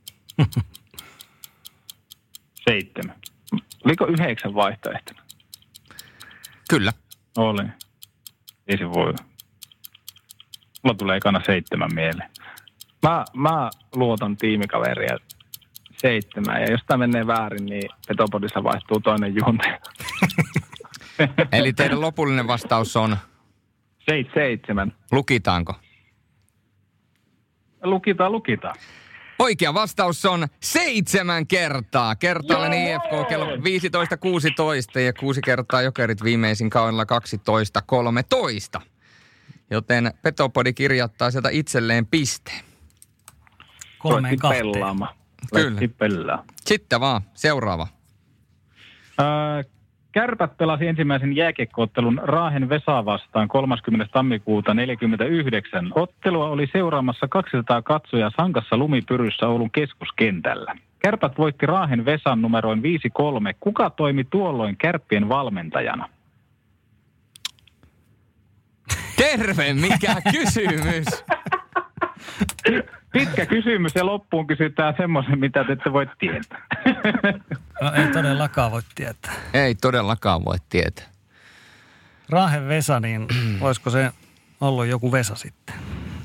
7. Oliko 9 vaihtoehtona? Kyllä. Oli. Ei se voi. Mulla tulee ekana 7 mieleen. Mä luotan tiimikaveria 7. Ja jos tämä menee väärin, niin Petopodissa vaihtuu toinen juontaja. Eli teidän lopullinen vastaus on? 7. Lukitaanko? Lukitaan. Oikea vastaus on 7 kertaa. Kertaalleen IFK kello 15.16 ja 6 kertaa Jokerit viimeisin kaudella 12.13. Joten Petopodi kirjoittaa sieltä itselleen pisteen. 3-2. Kyllä. Sitten vaan, seuraava. Kärpät pelasi ensimmäisen jääkiekko-ottelun Raahen Vesaa vastaan 30. tammikuuta 1949. Ottelua oli seuraamassa 200 katsojaa sankassa lumipyryssä Oulun keskuskentällä. Kärpät voitti Raahen Vesan numeroin 5-3. Kuka toimi tuolloin Kärppien valmentajana? Terve, mikä kysymys? Pitkä kysymys ja loppuun kysytään semmoisen, mitä te ette voi tietää. No, ei todellakaan voi tietää. Ei todellakaan voi tietää. Raahen Vesa, niin olisiko se ollut joku Vesa sitten?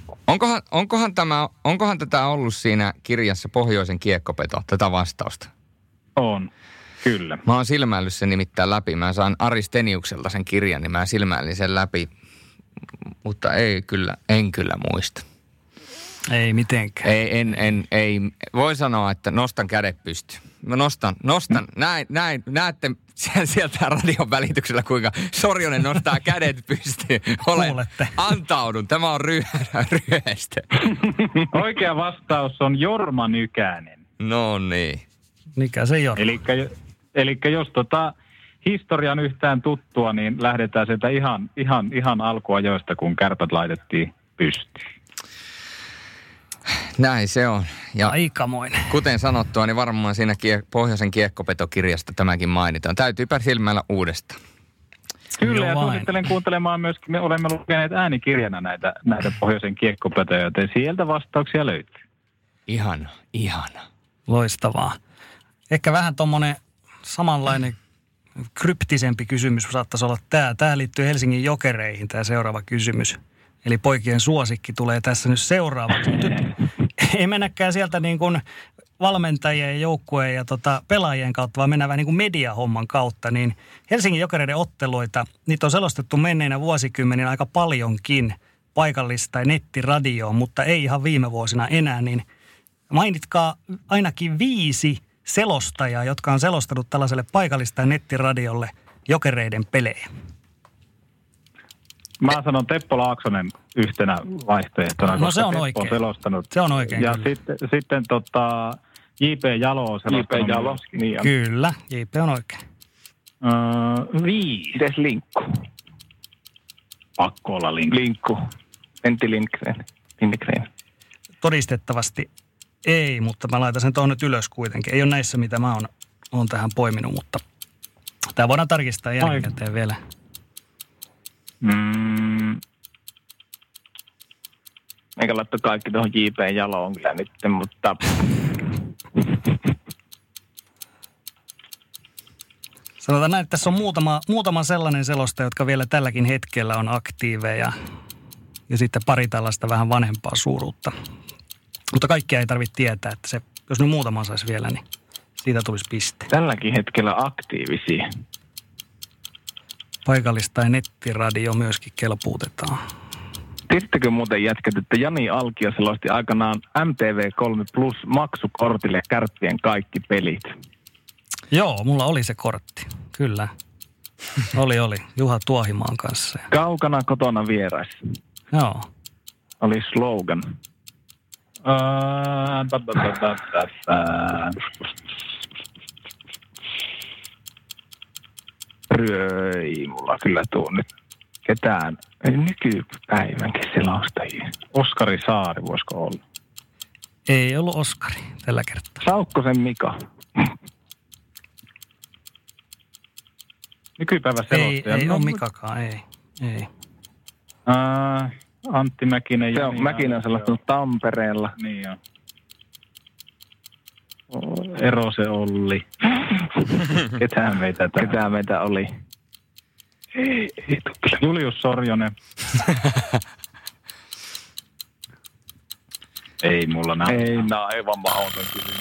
Onkohan tätä ollut siinä kirjassa Pohjoisen kiekkopeto, tätä vastausta? On, kyllä. Mä oon silmäillyt sen nimittäin läpi. Mä saan Ari Steniukselta sen kirjan, niin mä silmäilin sen läpi. Mutta en kyllä muista. Ei mitenkään. Ei. Voi sanoa, että nostan kädet pystyyn. Mä nostan. Näin. Näette sieltä radion välityksellä, kuinka Sorjonen nostaa kädet pystyyn. Kuulette. Antaudun. Tämä on ryöstö. Oikea vastaus on Jorma Nykänen. No niin. Mikä se Jorma? Elikkä jos historian yhtään tuttua, niin lähdetään sieltä ihan alkuajoista, kun Kärpät laitettiin pystyyn. Näin se on. Ja aikamoinen. Kuten sanottua, niin varmaan siinä Pohjoisen kiekkopetokirjasta tämäkin mainitaan. Täytyypä silmäillä uudestaan. Kyllä, ja suosittelen kuuntelemaan myöskin, me olemme lukeneet äänikirjana näitä Pohjoisen kiekkopetoja, joten sieltä vastauksia löytyy. Ihana. Loistavaa. Ehkä vähän tommonen samanlainen kryptisempi kysymys saattaisi olla tämä. Tämä liittyy Helsingin Jokereihin, tämä seuraava kysymys. Eli poikien suosikki tulee tässä nyt seuraavaksi. Nyt ei mennäkään sieltä niin kuin valmentajien, joukkueen ja pelaajien kautta, vaan mennään vähän niin kuin mediahomman kautta. Niin Helsingin Jokereiden otteluita, niitä on selostettu menneinä vuosikymmeninä aika paljonkin paikallista ja nettiradioon, mutta ei ihan viime vuosina enää. Niin mainitkaa ainakin 5 selostajaa, jotka on selostanut tällaiselle paikallista ja nettiradiolle Jokereiden pelejä. Mä sanon Teppo Laaksonen yhtenä vaihtoehtona, no, se on Teppo oikein. On selostanut. Se on oikein. Ja sitten J.P. Jalo on selostanut. J.P. Jalo, niin on. Kyllä, J.P. on oikein. 5. Mites Linkku? Pakko olla Linkku. Pentti Lindgren. Todistettavasti ei, mutta mä laitan sen tuohon nyt ylös kuitenkin. Ei ole näissä, mitä mä oon tähän poiminut, mutta tämä voidaan tarkistaa jälkikäteen vielä. Eikä laittaa kaikki tuohon J.P. Jaloon kyllä nyt, mutta sanotaan näin, että tässä on muutama sellainen selostaja, jotka vielä tälläkin hetkellä on aktiiveja ja sitten pari tällaista vähän vanhempaa suuruutta. Mutta kaikkia ei tarvitse tietää, että se, jos nyt muutama saisi vielä, niin siitä tulisi piste. Tälläkin hetkellä aktiivisia. Paikallista ja nettiradio myöskin kelpuutetaan. Tiedättekö muuten jätkät, että Jani Alkio selosti aikanaan MTV3 Plus maksukortille Kärppien kaikki pelit? Joo, mulla oli se kortti, kyllä. Oli. Juha Tuohimaan kanssa. Kaukana kotona vieraissa. Joo. Oli slogan. Ei mulla kyllä tuu nyt ketään nykypäivänkin selostajia. Oskari Saari, voisiko olla? Ei ollut Oskari tällä kertaa. Saukkosen Mika. Nykypäivä selostaja. Ei ole Mikakaan, ei. Antti Mäkinen. Se on Mäkinen selostanut Tampereella. Niin joo. Erose Olli. Ketään meitä oli. Ei Julius Sorjonen. Ei mulla näy. Ei aivan mahdoton kysymys.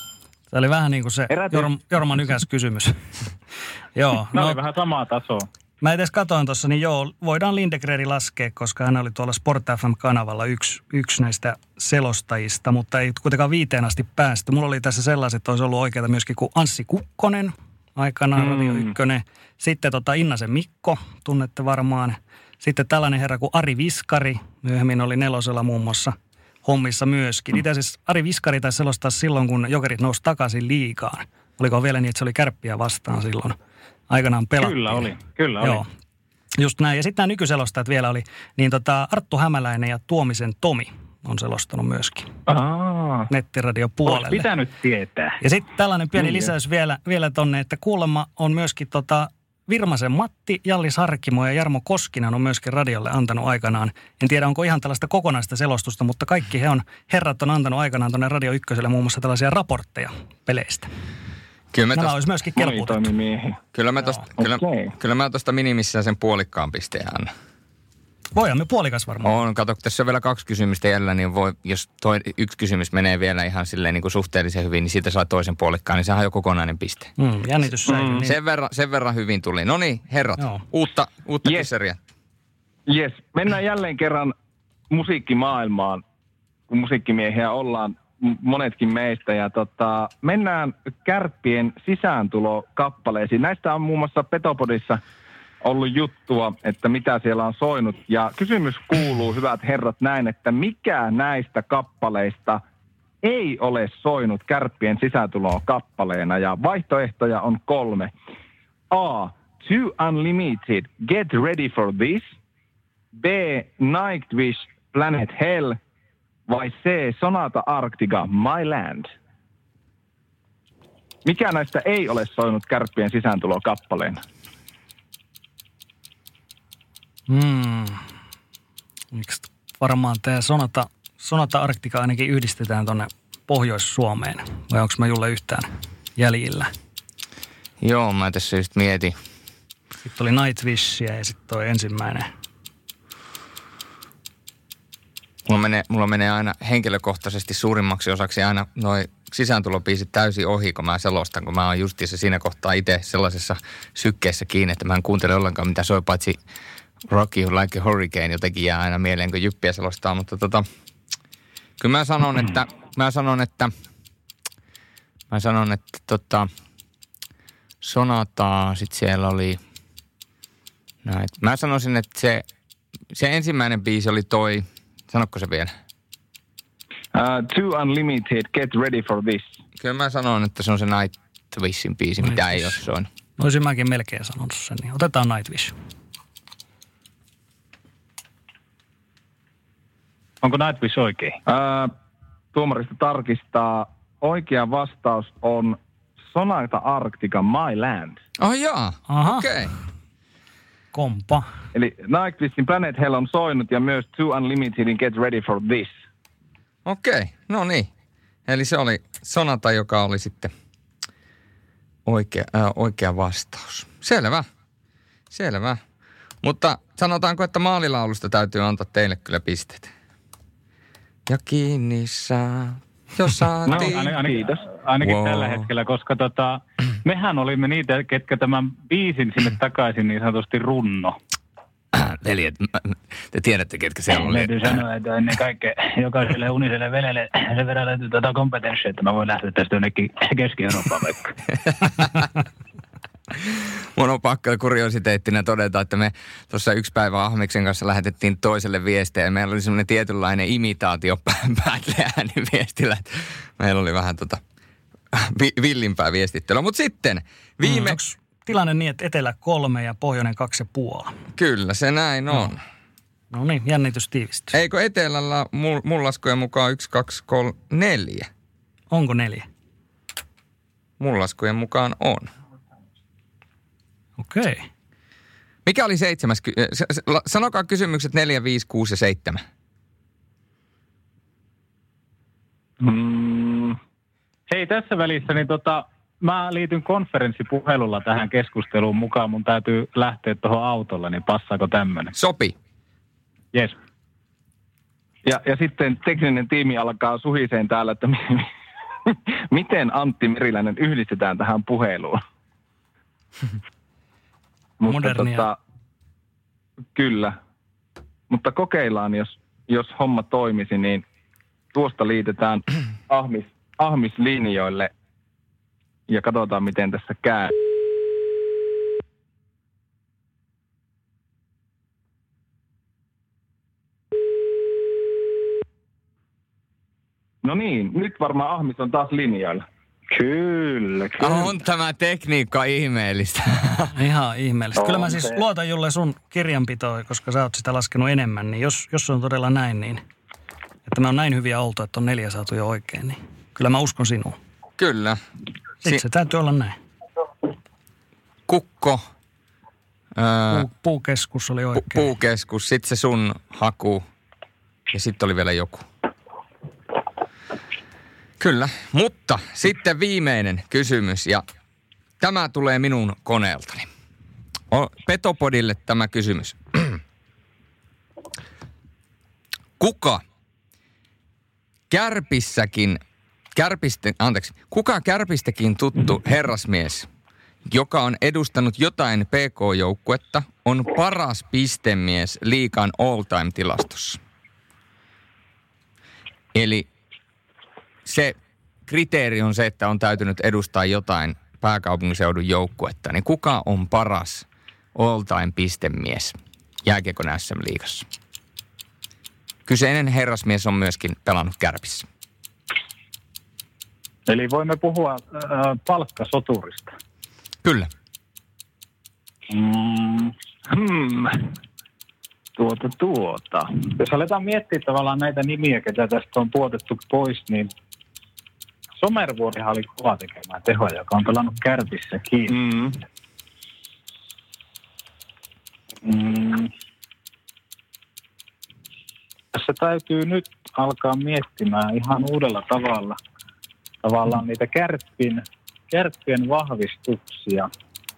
Se oli vähän niin kuin se Jorma Nykäs kysymys. Joo. No oli vähän samaa tasoa. Mä edes katoin tuossa, niin joo, voidaan Lindegreni laskea, koska hän oli tuolla Sport FM-kanavalla yksi näistä selostajista, mutta ei kuitenkaan 5 asti päästy. Mulla oli tässä sellaiset, että olisi ollut oikeita myöskin kuin Anssi Kukkonen, aikanaan Radio 1. Sitten Innasen Mikko, tunnette varmaan. Sitten tällainen herra kuin Ari Viskari, myöhemmin oli 4 muun muassa hommissa myöskin. Itse asiassa Ari Viskari taisi selostaa silloin, kun Jokerit nousi takaisin liigaan. Oliko vielä niin, että se oli Kärppiä vastaan silloin? Aikanaan pelattiin. Kyllä oli. Just näin. Ja sitten nämä nykyselostajat vielä oli, niin Arttu Hämäläinen ja Tuomisen Tomi on selostanut myöskin. Nettiradiopuolelle. Olisi pitänyt tietää. Ja sitten tällainen pieni lisäys vielä tonne, että kuulemma on myöskin Virmasen Matti, Jallis Harkimo ja Jarmo Koskinen on myöskin radiolle antanut aikanaan. En tiedä, onko ihan tällaista kokonaista selostusta, mutta kaikki herrat on antanut aikanaan tuonne Radio 1:lle muun muassa tällaisia raportteja peleistä. Nämä olisi myöskin kelpuutettu. Kyllä mä tosta minimissään sen puolikkaan pisteen annan. Voidaan me puolikas varmaan. On, kato, tässä on vielä 2 kysymystä jäljellä, niin jos yksi kysymys menee vielä ihan silleen niin kuin suhteellisen hyvin, niin siitä saa toisen puolikkaan, niin sehän on jo kokonainen piste. Jännitys säilyy. Niin. Sen verran hyvin tuli. No niin, herrat, uutta kyssäriä. Yes, mennään jälleen kerran musiikkimaailmaan, kun musiikkimiehiä ollaan monetkin meistä. Ja mennään Kärppien sisääntulokappaleisiin. Näistä on muun muassa Petopodissa ollut juttua, että mitä siellä on soinut. Ja kysymys kuuluu, hyvät herrat, näin, että mikä näistä kappaleista ei ole soinut Kärppien sisääntuloa kappaleena. Ja vaihtoehtoja on 3. A. Too Unlimited, Get Ready for This. B. Nightwish, Planet Hell. Vai C. Sonata Arctica, My Land. Mikä näistä ei ole soinut Kärppien sisääntuloa kappaleena? Miksi varmaan tämä Sonata Arctica ainakin yhdistetään tuonne Pohjois-Suomeen? Vai onko mä Julle yhtään jäljillä? Joo, mä tässä just mietin. Sitten oli Nightwishia ja sitten toi ensimmäinen. Mulla menee aina henkilökohtaisesti suurimmaksi osaksi aina noi sisääntulobiisit täysin ohi, kun mä selostan, kun mä oon justiinsa siinä kohtaa itse sellaisessa sykkeessä kiinni, että mä en kuuntele ollenkaan mitä soi, paitsi Rock You Like a Hurricane jotenkin jää aina mieleen, kun Jyppiä selostaa, mutta kyllä mä sanon, että Sonataa, sit siellä oli näin. Mä sanoisin, että se ensimmäinen biisi oli toi, sanokko se vielä? Too Unlimited, Get Ready for This. Kyllä mä sanon, että se on se Nightwishin biisi, mitä ei ole soinut. Olisin mäkin melkein sanonut sen, niin otetaan Nightwish. Onko Nightwish oikein? Tuomarista tarkistaa. Oikea vastaus on Sonata Arctica, My Land. Jaa, okei. Kompa. Eli Nightwishin Planet Hell on soinut ja myös Too Unlimitedin Get Ready for This. Okei, no niin. Eli se oli Sonata, joka oli sitten oikea vastaus. Selvä. Mutta sanotaanko, että maalilaulusta täytyy antaa teille kyllä pisteet. Ja kiinni saa, jos saatiin. Ainakin tällä hetkellä, koska mehän olimme niitä, ketkä tämän biisin sinne takaisin niin sanotusti runno. Veljet, te tiedätte, ketkä siellä oli. Täytyy sanoa, että ennen kaikkea jokaiselle uniselle veljelle sen verran löytyy kompetenssia, että mä voin lähteä tästä jonnekin Keski-Eurooppaan vaikka. Mun on pakko kuriositeettina todeta, että me tuossa yksi päivä Ahmiksen kanssa lähetettiin toiselle viestejä. Meillä oli semmoinen tietynlainen imitaatio ääniviestillä. Meillä oli vähän villimpää viestittelyä. Mutta sitten viimeksi... Tilanne niin, että etelä 3 ja pohjoinen 2,5. Kyllä, se näin on. No niin, jännitys tiivistyy. Eikö etelällä mun laskujen mukaan 1, 2, 3, 4? Onko 4? Mun laskujen mukaan on. Okei. Mikä oli 7? Sanokaa kysymykset 4, 5, 6 ja 7. Hei, tässä välissä niin mä liityn konferenssipuhelulla tähän keskusteluun mukaan. Mun täytyy lähteä tuohon autolla, niin passaako tämmönen? Sopi. Yes. Ja sitten tekninen tiimi alkaa suhiseen täällä, että miten Antti Meriläinen yhdistetään tähän puheluun. Modernia Kyllä. Mutta kokeillaan, jos homma toimisi, niin tuosta liitetään Ahmis-linjoille ja katsotaan, miten tässä käy. No niin, nyt varmaan Ahmis on taas linjoilla. Kyllä. On tämä tekniikka ihmeellistä. Ihan ihmeellistä. Kyllä mä siis luotan Julle sun kirjanpitoon, koska sä oot sitä laskenut enemmän, niin jos on todella näin, niin että me on näin hyviä oltu, että on 4 saatu jo oikein, niin kyllä mä uskon sinuun. Kyllä. Sitten se täytyy olla näin. Kukko. Puukeskus oli oikein. Puukeskus, sitten se sun haku ja sitten oli vielä joku. Kyllä, mutta sitten viimeinen kysymys ja tämä tulee minun koneeltani. Petopodille tämä kysymys. Kuka kärpistäkin tuttu herrasmies, joka on edustanut jotain PK-joukkuetta, on paras pistemies liigan all-time-tilastossa? Eli se kriteeri on se, että on täytynyt edustaa jotain pääkaupunkiseudun joukkuetta. Niin kuka on paras all-time pistemies jääkiekon SM-liigassa? Kyseinen herrasmies on myöskin pelannut Kärpissä. Eli voimme puhua palkkasoturista. Kyllä. Jos aletaan miettiä tavallaan näitä nimiä, ketä tästä on puotettu pois, niin Somervuorihan oli kova tekemään tehoja, joka on pelannut Kärpissäkin. Tässä täytyy nyt alkaa miettimään ihan uudella tavalla tavallaan niitä kärppien vahvistuksia.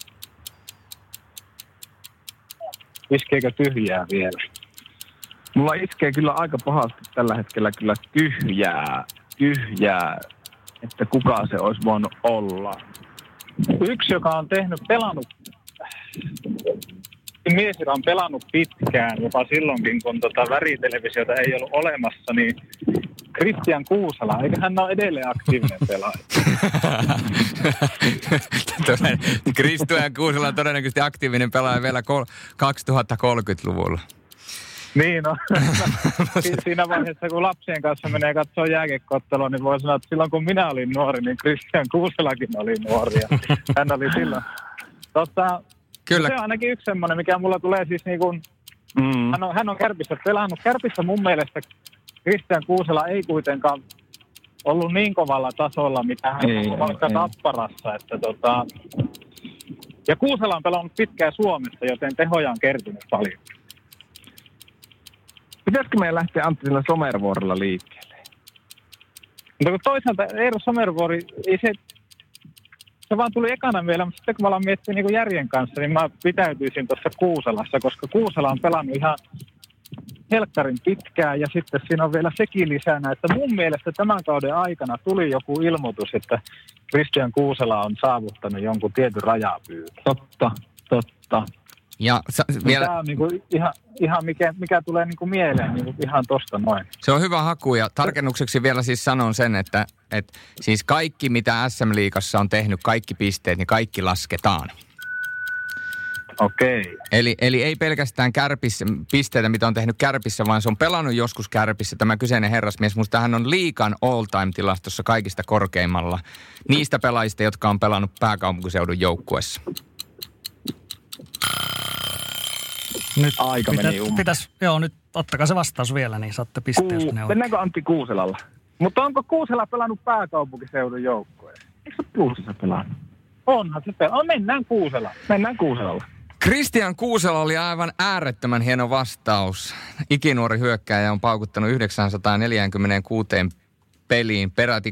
Iskeekö tyhjää vielä? Mulla iskee kyllä aika pahasti tällä hetkellä kyllä tyhjää, että kuka se olisi voinut olla. Yksi, joka on pelannut, mies, joka on pelannut pitkään, jopa silloinkin, kun värittelevisiota ei ollut olemassa, niin Kristian Kuusala, eikä hän ole edelleen aktiivinen pelaaja? Kristian Kuusala on todennäköisesti aktiivinen pelaaja vielä 2030-luvulla. Niin no. Siinä vaiheessa, kun lapsien kanssa menee katsoa jääkiekko-ottelua, niin voi sanoa, että silloin kun minä olin nuori, niin Kristian Kuusalakin oli nuori. Hän oli silloin. Kyllä. Se on ainakin yksi semmoinen, mikä mulla tulee siis niin kuin, hän on Kärpissä pelannut. Kärpissä mun mielestä Kristian Kuusela ei kuitenkaan ollut niin kovalla tasolla, mitä hän on vaikka Tapparassa. Että ja Kuusela on pelannut pitkään Suomessa, joten tehoja on kertynyt paljon. Pitäisikö meidän lähteä Antti sillä Somervuorella liikkeelle? Mutta kun toisaalta Eero Somervuori, ei se vaan tuli ekana vielä, mutta sitten kun mä alan miettiä niin kuin järjen kanssa, niin mä pitäytyisin tuossa Kuusalassa, koska Kuusala on pelannut ihan helkkarin pitkään ja sitten siinä on vielä sekin lisänä, että mun mielestä tämän kauden aikana tuli joku ilmoitus, että Kristian Kuusala on saavuttanut jonkun tietyn rajapyykin. Totta. Ja vielä... Tämä on niinku ihan mikä tulee niinku mieleen niinku ihan tosta noin. Se on hyvä haku ja tarkennukseksi vielä siis sanon sen, että siis kaikki mitä SM-liigassa on tehnyt, kaikki pisteet, niin kaikki lasketaan. Okei. Eli ei pelkästään pisteitä, mitä on tehnyt Kärpissä, vaan se on pelannut joskus Kärpissä. Tämä kyseinen herrasmies, musta hän on liigan all-time-tilastossa kaikista korkeimmalla niistä pelaajista, jotka on pelannut pääkaupunkiseudun joukkueessa. Nyt aika meni nyt ottakaa se vastaus vielä, niin saatte pisteen, jos ne on. Mennäänkö Antti Kuuselalla? Mutta onko Kuusela pelannut pääkaupunkiseudun joukkueessa? Eikö se Kuusela pelannut? Onhan se pelannut. Mennään Kuuselalla. Kristian Kuusela oli aivan äärettömän hieno vastaus. Ikinuori hyökkääjä on paukuttanut 946 peliin peräti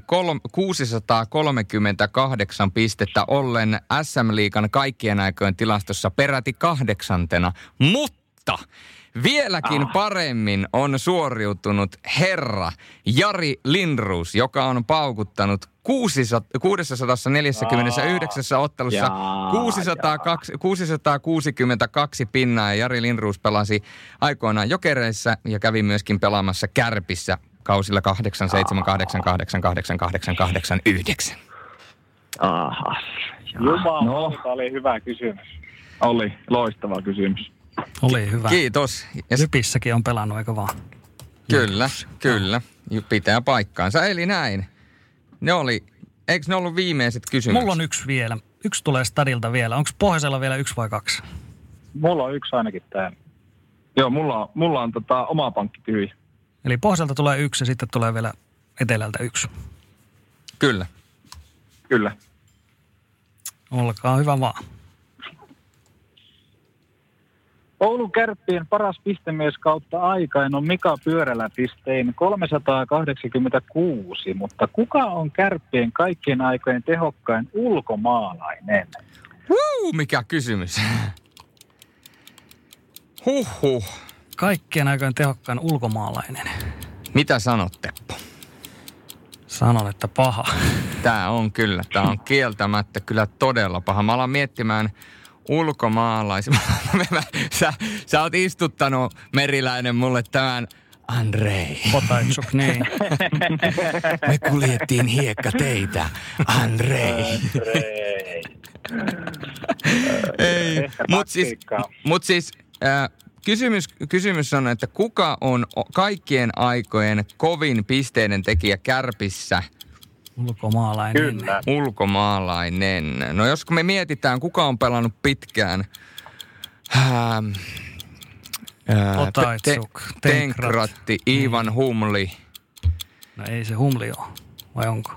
638 pistettä ollen SM-liigan kaikkien aikojen tilastossa peräti 8. Mutta Vieläkin paremmin on suoriutunut herra Jari Lindroos, joka on paukuttanut 649 ottelussa 662 pinnaa. Ja Jari Lindroos pelasi aikoinaan Jokereissa ja kävi myöskin pelaamassa Kärpissä kausilla 87, 88, 88, 89. Aha. Jumala, tämä oli hyvä kysymys. Oli loistava kysymys. Oli hyvä. Kiitos. Jypissäkin on pelannut, eikö vaan? Kyllä. Pitää paikkaansa. Eli näin. Eikö ne ollut viimeiset kysymykset? Mulla on yksi vielä. Yksi tulee Stadilta vielä. Onko Pohjoisella vielä 1 vai 2? Mulla on yksi ainakin täällä. Joo, mulla on oma pankki tyhjä. Eli Pohjoiselta tulee 1 ja sitten tulee vielä Etelältä 1. Kyllä. Olkaa hyvä vaan. Oulun Kärppien paras pistemies kautta aikain on Mika Pyörälä pistein 386, mutta kuka on Kärppien kaikkien aikojen tehokkain ulkomaalainen? Mikä kysymys? Huhhuh. Kaikkien aikojen tehokkain ulkomaalainen. Mitä sanot, Teppo? Sanon, että paha. Tää on kieltämättä kyllä todella paha. Mä alan miettimään ulkomaalaisia. Sä oot istuttanut, Meriläinen, mulle tämän Andrei. Potaitsuk, niin. Me kuljettiin hiekkateitä, Andrei. Ei, mut siis kysymys on, että kuka on kaikkien aikojen kovin pisteiden tekijä Kärpissä? Ulkomaalainen. Kyllä. Ulkomaalainen. No jos me mietitään, kuka on pelannut pitkään. Potaitsuk, Tenkratti, Ivan Humli. No ei se Humli ole, vai onko?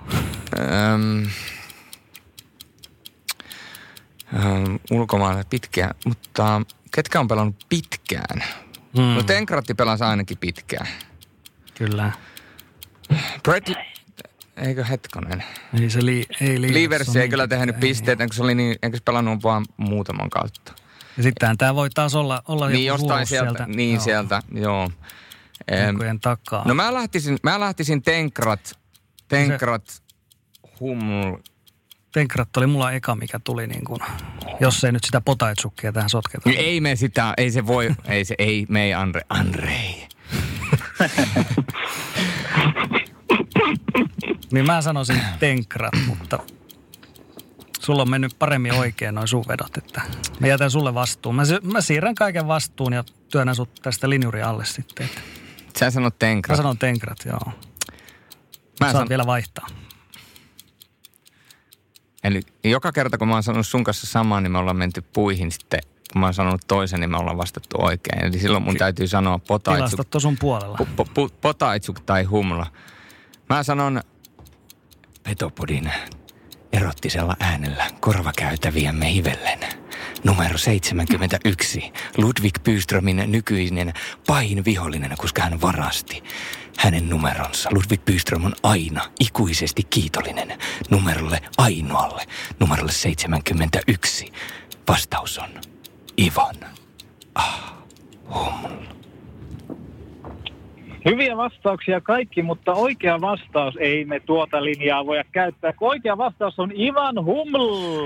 Ulkomaalainen pitkään, mutta ketkä on pelannut pitkään? No Tenkratti pelasi ainakin pitkään. Kyllä. Eikö hetkonen? Ei se Liversi ei kyllä tehnyt pisteitä, eikö se oli niin, eikö se pelannut vaan muutaman kautta. Ja sittenhän tämä voi taas olla niin jostain sieltä. Niin joo. Sieltä, joo. Takaa. No mä lähtisin Tenkrat, Huml. Tenkrat oli mulla eka, mikä tuli niin kuin, jos ei nyt sitä Potaitsukkia tähän sotketa. Ei me sitä, me ei Andrei. Niin mä sanoisin Tenkrat, mutta sulla on mennyt paremmin oikein noin sun vedot, että mä jätän sulle vastuun. Mä siirrän kaiken vastuun ja työnnän sut tästä linjurin alle sitten. Että. Sä sanot Tenkrat. Mä sanon Tenkrat, joo. Saat vielä vaihtaa. Eli joka kerta, kun mä oon sanonut sun kanssa samaa, niin me ollaan menty puihin sitten. Kun mä oon sanonut toisen, niin me ollaan vastattu oikein. Eli silloin mun täytyy sanoa Potaitsuk. Tilastot on sun puolella. Potaitsuk tai Humla. Mä sanon Petopodin erottisella äänellä korvakäytäviämme hivellen. Numero 71. Ludwig Byströmin nykyinen pahin vihollinen, koska hän varasti hänen numeronsa. Ludwig Byström on aina ikuisesti kiitollinen numerolle ainoalle. Numerolle 71. Vastaus on Ivan Huml. Hyviä vastauksia kaikki, mutta oikea vastaus ei me tuota linjaa voida käyttää. Oikea vastaus on Ivan Huml.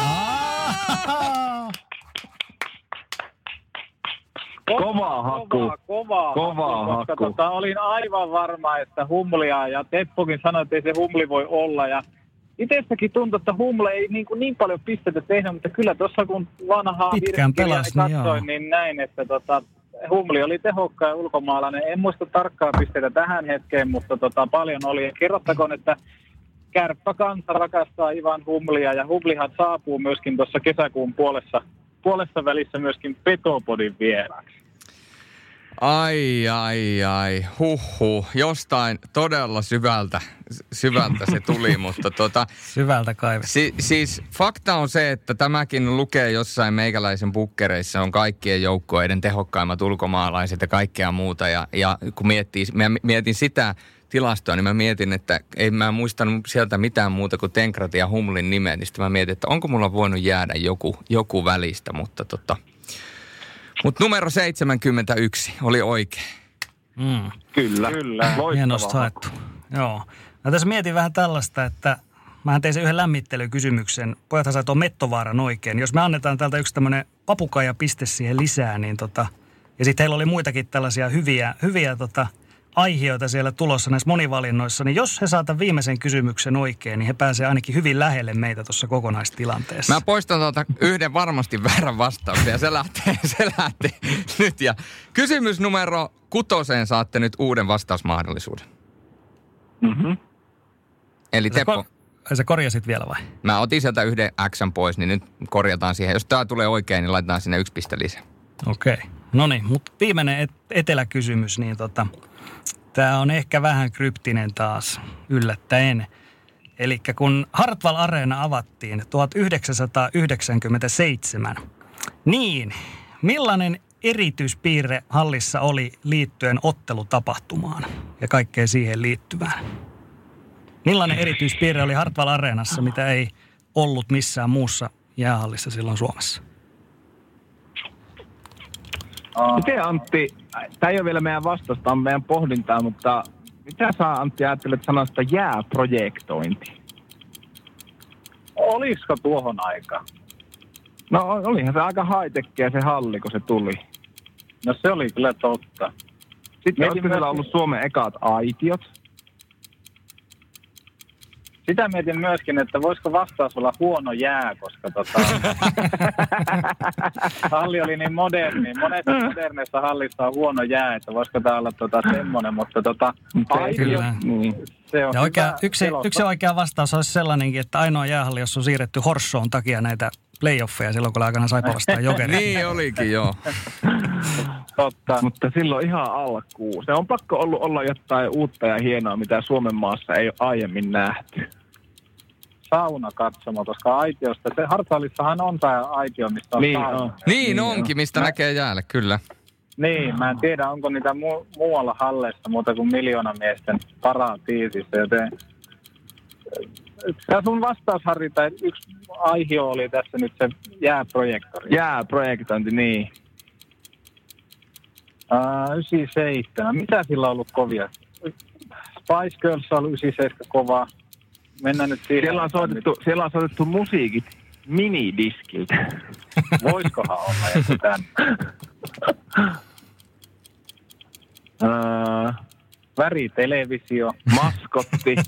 Kova haku. Koska olin aivan varma, että Humlia, ja Teppokin sanoi, että ei se Humli voi olla. Ja itsestäkin tuntui, että Humle ei niin paljon pisteitä tehnyt, mutta kyllä tuossa kun vanhaa virkkirjaa katsoin, niin näin, että Humli oli tehokkaan ulkomaalainen. En muista tarkkaa pisteitä tähän hetkeen, mutta paljon oli. Ja kerrottakoon, että Kärppäkansa rakastaa Ivan Humlia, ja Humlihan saapuu myöskin tuossa kesäkuun puolessa välissä myöskin Petopodin vieraksi. Ai, huhhuh. Jostain todella syvältä se tuli, mutta syvältä kaivettu. Siis fakta on se, että tämäkin lukee jossain meikäläisen bukkereissa, on kaikkien joukkueiden tehokkaimmat ulkomaalaiset ja kaikkea muuta. Ja kun mietin sitä tilastoa, niin mä mietin, että ei mä muistanut sieltä mitään muuta kuin Tenkratin ja Humlin nimeä. Niin sitten mä mietin, että onko mulla voinut jäädä joku välistä, mutta Mutta numero 71 oli oikein. Kyllä. Hienosti haettu. Joo. Mä tässä mietin vähän tällaista, että mähän tein sen yhden lämmittelykysymyksen. Pojathan sai tuon Mettovaaran oikein. Jos me annetaan täältä yksi tämmöinen papukaija-piste siihen lisää, niin ja sitten heillä oli muitakin tällaisia hyviä aihioita siellä tulossa näissä monivalinnoissa, niin jos he saavat viimeisen kysymyksen oikein, niin he pääsevät ainakin hyvin lähelle meitä tuossa kokonaistilanteessa. Mä poistan yhden varmasti väärän vastauksen ja se lähtee nyt. Ja kysymys numero 6 saatte nyt uuden vastausmahdollisuuden. Mm-hmm. Eli Teppo. Sä korjasit vielä vai? Mä otin sieltä yhden X:n pois, niin nyt korjataan siihen. Jos tää tulee oikein, niin laitetaan sinne 1 piste lisää. Okei. No niin, mutta viimeinen eteläkysymys, niin tämä on ehkä vähän kryptinen taas, yllättäen. Eli kun Hartwall Areena avattiin 1997, niin millainen erityispiirre hallissa oli liittyen ottelutapahtumaan ja kaikkeen siihen liittyvään? Millainen erityispiirre oli Hartwall Areenassa, mitä ei ollut missään muussa jäähallissa silloin Suomessa? Miten Antti, tämä ei ole vielä meidän vastausta, on meidän pohdintaa, mutta mitä sä Antti ajattelet sanasta jääprojektointi? Olisiko tuohon aikaan? No olihan se aika high-techia se halli, kun se tuli. No se oli kyllä totta. Sitten olisiko siellä ollut Suomen ekat aitiot? Sitä mietin myöskin, että voisiko vastaus olla huono jää, koska halli oli niin moderni. Monessa modernissa hallissa on huono jää, että voisiko tämä olla semmoinen, mutta Kyllä. Se on ja yksi oikea vastaus olisi sellainenkin, että ainoa jäähalli, jossa on siirretty Horssoon takia näitä playoffeja silloin, kun aikana Saipa vastaan Jokeria. Niin olikin, joo. Totta. Mutta silloin ihan alkuun. Se on pakko olla jotain uutta ja hienoa, mitä Suomen maassa ei ole aiemmin nähty. Saunakatsomo, koska aitiosta, se Hartwallissahan on tämä aitio, mistä on sauna. Niin onkin, mistä näkee jäälle, kyllä. Niin, mä en tiedä, onko niitä muualla halleissa muuta kuin miljoonamiesten paratiisissa, joten tämä sun vastaus, Harri, tai yksi aihio oli tässä nyt se jääprojektori. Jääprojektointi, niin. 97. Mitä sillä on ollut kovia? Spice Girls on ollut 97 kovaa. Mennään nyt siihen. Siellä on soitettu musiikit minidiskiltä. Voiskohan olla joku tän? Väritelevisio. Maskotti.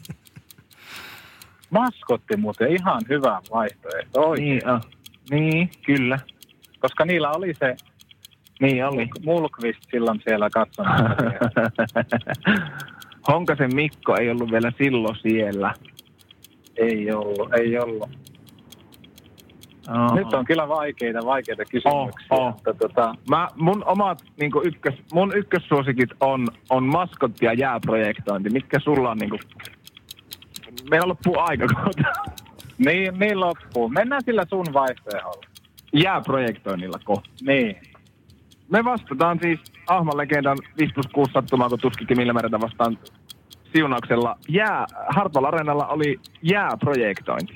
Maskotti muuten ihan hyvä vaihtoehto. Oikein. Niin, kyllä. Koska niillä oli se niin oli. Mulkvist silloin siellä katsomassa. Honkasen Mikko ei ollut vielä silloin siellä. Ei ollut. Nyt on kyllä vaikeita kysymyksiä. Mun omat mun ykkössuosikit on maskotti ja jääprojektointi. Mitkä sulla on meillä loppuu aika kohta. Niin loppuu. Mennään sillä sun vaihtoehdolla. Jääprojektoinnilla kohta. Niin. Me vastataan siis Ahman legendan 5+6 sattumaa, kun tuskikin millä meritä vastaan siunauksella. Hartwall Areenalla oli jääprojektointi.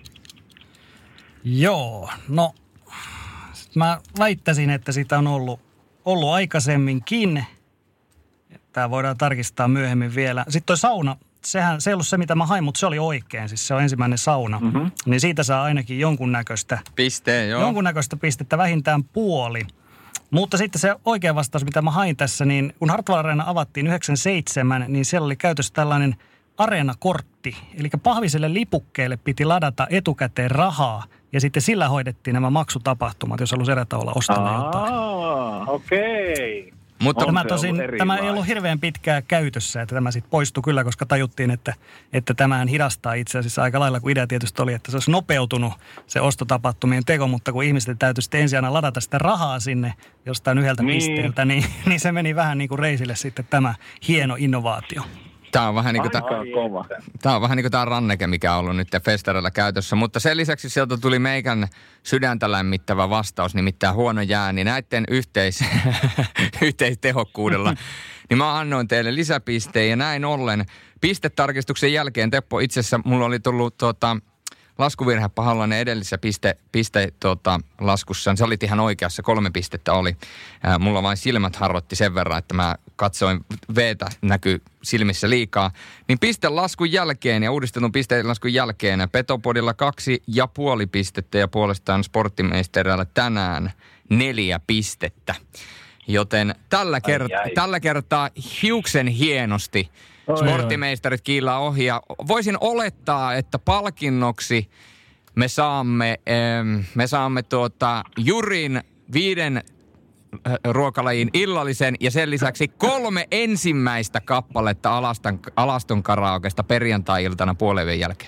Joo, no mä väittäisin, että sitä on ollut aikaisemminkin. Tämä voidaan tarkistaa myöhemmin vielä. Sitten toi sauna, se ei ollut se, mitä mä hain, mutta se oli oikein. Siis se on ensimmäinen sauna. Mm-hmm. Niin siitä saa ainakin jonkunnäköistä pistettä, vähintään puoli. Mutta sitten se oikea vastaus, mitä mä hain tässä, niin kun Hartwall Areena avattiin 97, niin siellä oli käytössä tällainen areenakortti. Eli pahviselle lipukkeelle piti ladata etukäteen rahaa ja sitten sillä hoidettiin nämä maksutapahtumat, jos halusi eri tavalla ostaa jotain. Okei. Mutta tämä ei ollut hirveän pitkää käytössä, että tämä sitten poistui kyllä, koska tajuttiin, että tämähän hidastaa itse asiassa aika lailla, kun idea tietysti oli, että se olisi nopeutunut se ostotapahtumien teko, mutta kun ihmisten täytyy sitten ensin aina ladata sitä rahaa sinne jostain yhdeltä pisteeltä, niin se meni vähän niin kuin reisille sitten tämä hieno innovaatio. Tämä on vähän niin kuin tämä ranneke, mikä on ollut nyt festareilla käytössä. Mutta sen lisäksi sieltä tuli meikän sydäntä lämmittävä vastaus, nimittäin huono jää. Niin näiden yhteistehokkuudella, niin mä annoin teille lisäpisteen. Ja näin ollen pistetarkistuksen jälkeen, Teppo, itse asiassa mulla oli tullut laskuvirhe pahallinen edellisessä laskussa. Se oli ihan oikeassa, 3 pistettä oli. Mulla vain silmät harrotti sen verran, että mä katsoin V:tä näkyy silmissä liikaa. Niin pistelaskun jälkeen ja uudistetun pistelaskun jälkeen Petopodilla 2,5 pistettä ja puolestaan Sporttimeisterillä tänään 4 pistettä. Joten tällä kertaa hiuksen hienosti Sporttimeisterit kiilaa ohi. Ja voisin olettaa, että palkinnoksi me saamme Jurin 5 ruokalajin illallisen ja sen lisäksi 3 ensimmäistä kappaletta Alaston karaokesta perjantai-iltana puolen jälkeen.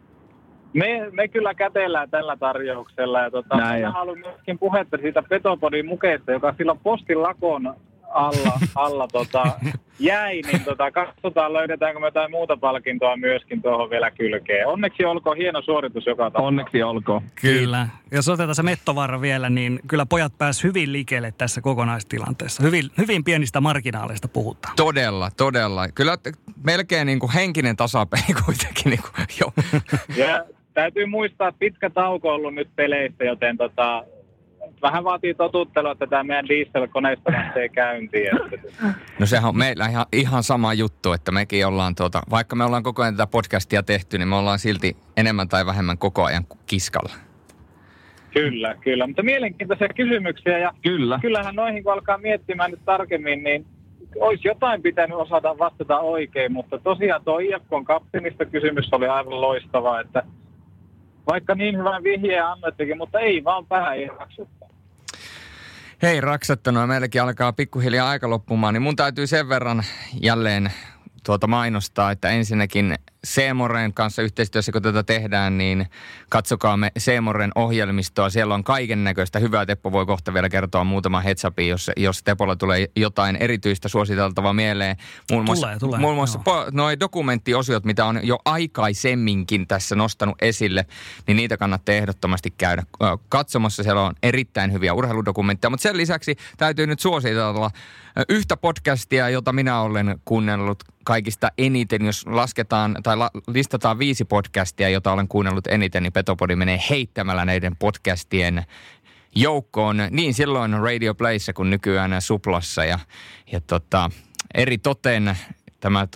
Me kyllä kätellään tällä tarjouksella ja mä haluan myöskin puhetta siitä Petopodin mukeesta, joka silloin postin lakon alla jäi, niin katsotaan löydetäänkö me jotain muuta palkintoa myöskin tuohon vielä kylkeen. Onneksi olkoon, hieno suoritus joka tapauksessa. Onneksi olkoon. Kyllä. Jos otetaan se Mettovaara vielä, niin kyllä pojat pääsivät hyvin liikkeelle tässä kokonaistilanteessa. Hyvin pienistä marginaaleista puhutaan. Todella. Kyllä melkein niin kuin henkinen tasapeli kuitenkin. Niin kuin, jo. Ja täytyy muistaa, että pitkä tauko on ollut nyt peleistä, joten vähän vaatii totuttelua, että tämä meidän dieselkoneisto lähtee käyntiin. No sehän on meillä ihan sama juttu, että mekin ollaan, vaikka me ollaan koko ajan tätä podcastia tehty, niin me ollaan silti enemmän tai vähemmän koko ajan kiskalla. Kyllä. Mutta mielenkiintoisia kysymyksiä ja kyllähän noihin kun alkaa miettimään nyt tarkemmin, niin olisi jotain pitänyt osata vastata oikein, mutta tosiaan tuo IFK:n kapteenista kysymys oli aivan loistava, että vaikka niin hyvän vihjeen annettikin, mutta ei vaan pää ei raksuttaa. Hei raksattanut, meilläkin alkaa pikkuhiljaa aika loppumaan, niin mun täytyy sen verran jälleen mainostaa, että ensinnäkin Seemoren kanssa yhteistyössä, kun tätä tehdään, niin katsokaa me Seemoren ohjelmistoa. Siellä on kaiken näköistä hyvää. Teppo voi kohta vielä kertoa muutaman heads-upin, jos Tepolla tulee jotain erityistä suositeltavaa mieleen. Muun muassa noi dokumenttiosiot, mitä on jo aikaisemminkin tässä nostanut esille, niin niitä kannattaa ehdottomasti käydä katsomassa. Siellä on erittäin hyviä urheiludokumentteja, mutta sen lisäksi täytyy nyt suositella yhtä podcastia, jota minä olen kuunnellut kaikista eniten, jos lasketaan tai listataan 5 podcastia, jota olen kuunnellut eniten, niin Petopodi menee heittämällä näiden podcastien joukkoon. Niin silloin Radio Playssä kuin nykyään Suplassa ja eri toten tämä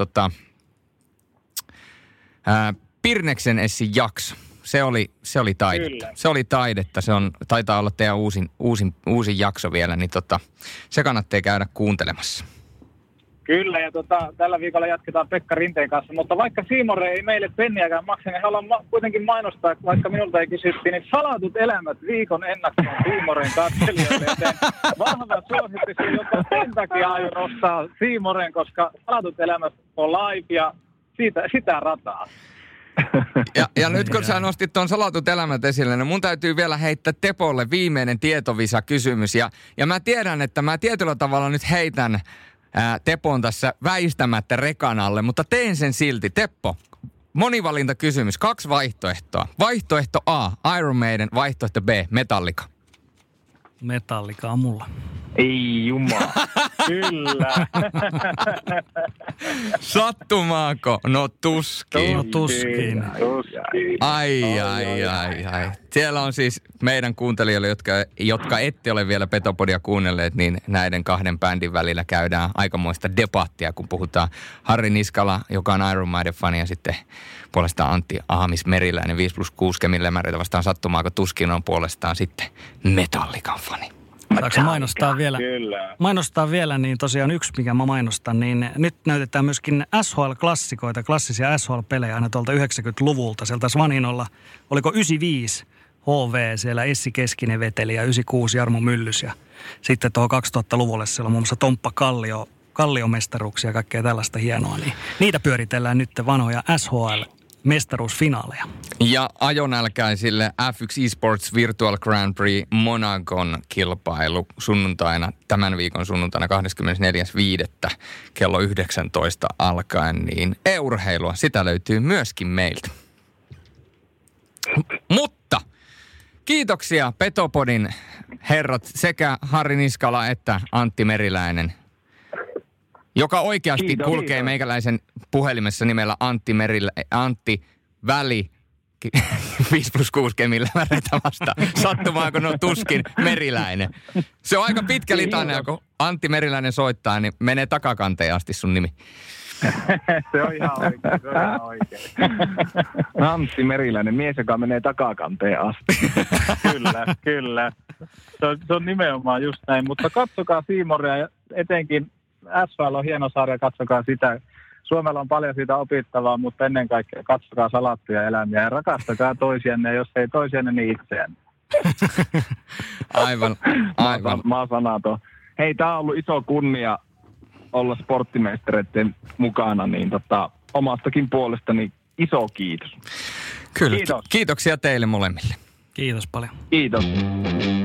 Pirneksen Essin jakso. Se oli taidetta. Kyllä. Se oli taidetta. Taitaa olla teidän uusin jakso vielä, niin se kannattaa käydä kuuntelemassa. Kyllä, ja tällä viikolla jatketaan Pekka Rinteen kanssa, mutta vaikka Siimore ei meille penniäkään maksa, niin haluan kuitenkin mainostaa, vaikka minulta ei kysyttiin, niin Salatut elämät viikon ennakkoon Siimoren katselijoille, joten vahva suositus, jopa sen takia aion nostaa Siimoren, koska Salatut elämät on live ja sitä rataa. Ja nyt kun sä nostit tuon Salatut elämät esille, niin mun täytyy vielä heittää Tepolle viimeinen tietovisa-kysymys. Ja mä tiedän, että mä tietyllä tavalla nyt heitän Tepon tässä väistämättä rekan alle, mutta teen sen silti. Teppo, monivalintakysymys, 2 vaihtoehtoa. Vaihtoehto A, Iron Maiden, vaihtoehto B, Metallica. Metallica on mulla. Ei jumala. Kyllä. Sattumaako? No tuskin. Ai. Siellä on siis meidän kuuntelijoille, jotka ette ole vielä Petopodia kuunnelleet, niin näiden 2 bändin välillä käydään aikamoista debattia, kun puhutaan Harri Niskala, joka on Iron Maiden-fani, ja sitten puolestaan Antti Ahmis-Meriläinen 5+6 Kemin Lämäreitä vastaan sattumaako tuskin on puolestaan sitten Metallican fani. Saanko mainostaa vielä, niin tosiaan yksi, mikä mä mainostan, niin nyt näytetään myöskin SHL-klassikoita, klassisia SHL-pelejä aina tuolta 90-luvulta. Sieltä Svaninolla, oliko 95 HV, siellä Essi Keskinen veteli ja 96 Jarmo Myllys. Ja sitten tuohon 2000-luvulle siellä on muun muassa Tomppa Kalliomestaruuksia ja kaikkea tällaista hienoa. Niin niitä pyöritellään nyt vanhoja SHL-mestaruusfinaaleja. Ja ajonälkäisille F1 Esports Virtual Grand Prix Monacon kilpailu sunnuntaina, tämän viikon sunnuntaina 24.5. kello 19 alkaen, niin e-urheilua, sitä löytyy myöskin meiltä. Mutta kiitoksia Petopodin herrat sekä Harri Niskala että Antti Meriläinen, joka oikeasti kulkee meikäläisen puhelimessa nimellä Antti Väli 5+6 Kemillä väreitä vastaan. Sattumaan, kun on tuskin Meriläinen. Se on aika pitkä litania, kun Antti Meriläinen soittaa, niin menee takakanteen asti sun nimi. Se on ihan oikein. Antti Meriläinen, mies, joka menee takakanteen asti. Kyllä. Se on nimenomaan just näin, mutta katsokaa Seamoria ja etenkin SHL on hieno sarja, katsokaa sitä. Suomella on paljon siitä opittavaa, mutta ennen kaikkea katsokaa salattuja eläimiä ja rakastakaa toisianne, jos ei toisianne, niin itseänne. Aivan. Mä sanaton. Hei, tää on ollut iso kunnia olla sporttimeistereiden mukana, niin omastakin puolestani iso kiitos. Kyllä, kiitoksia teille molemmille. Kiitos paljon. Kiitos.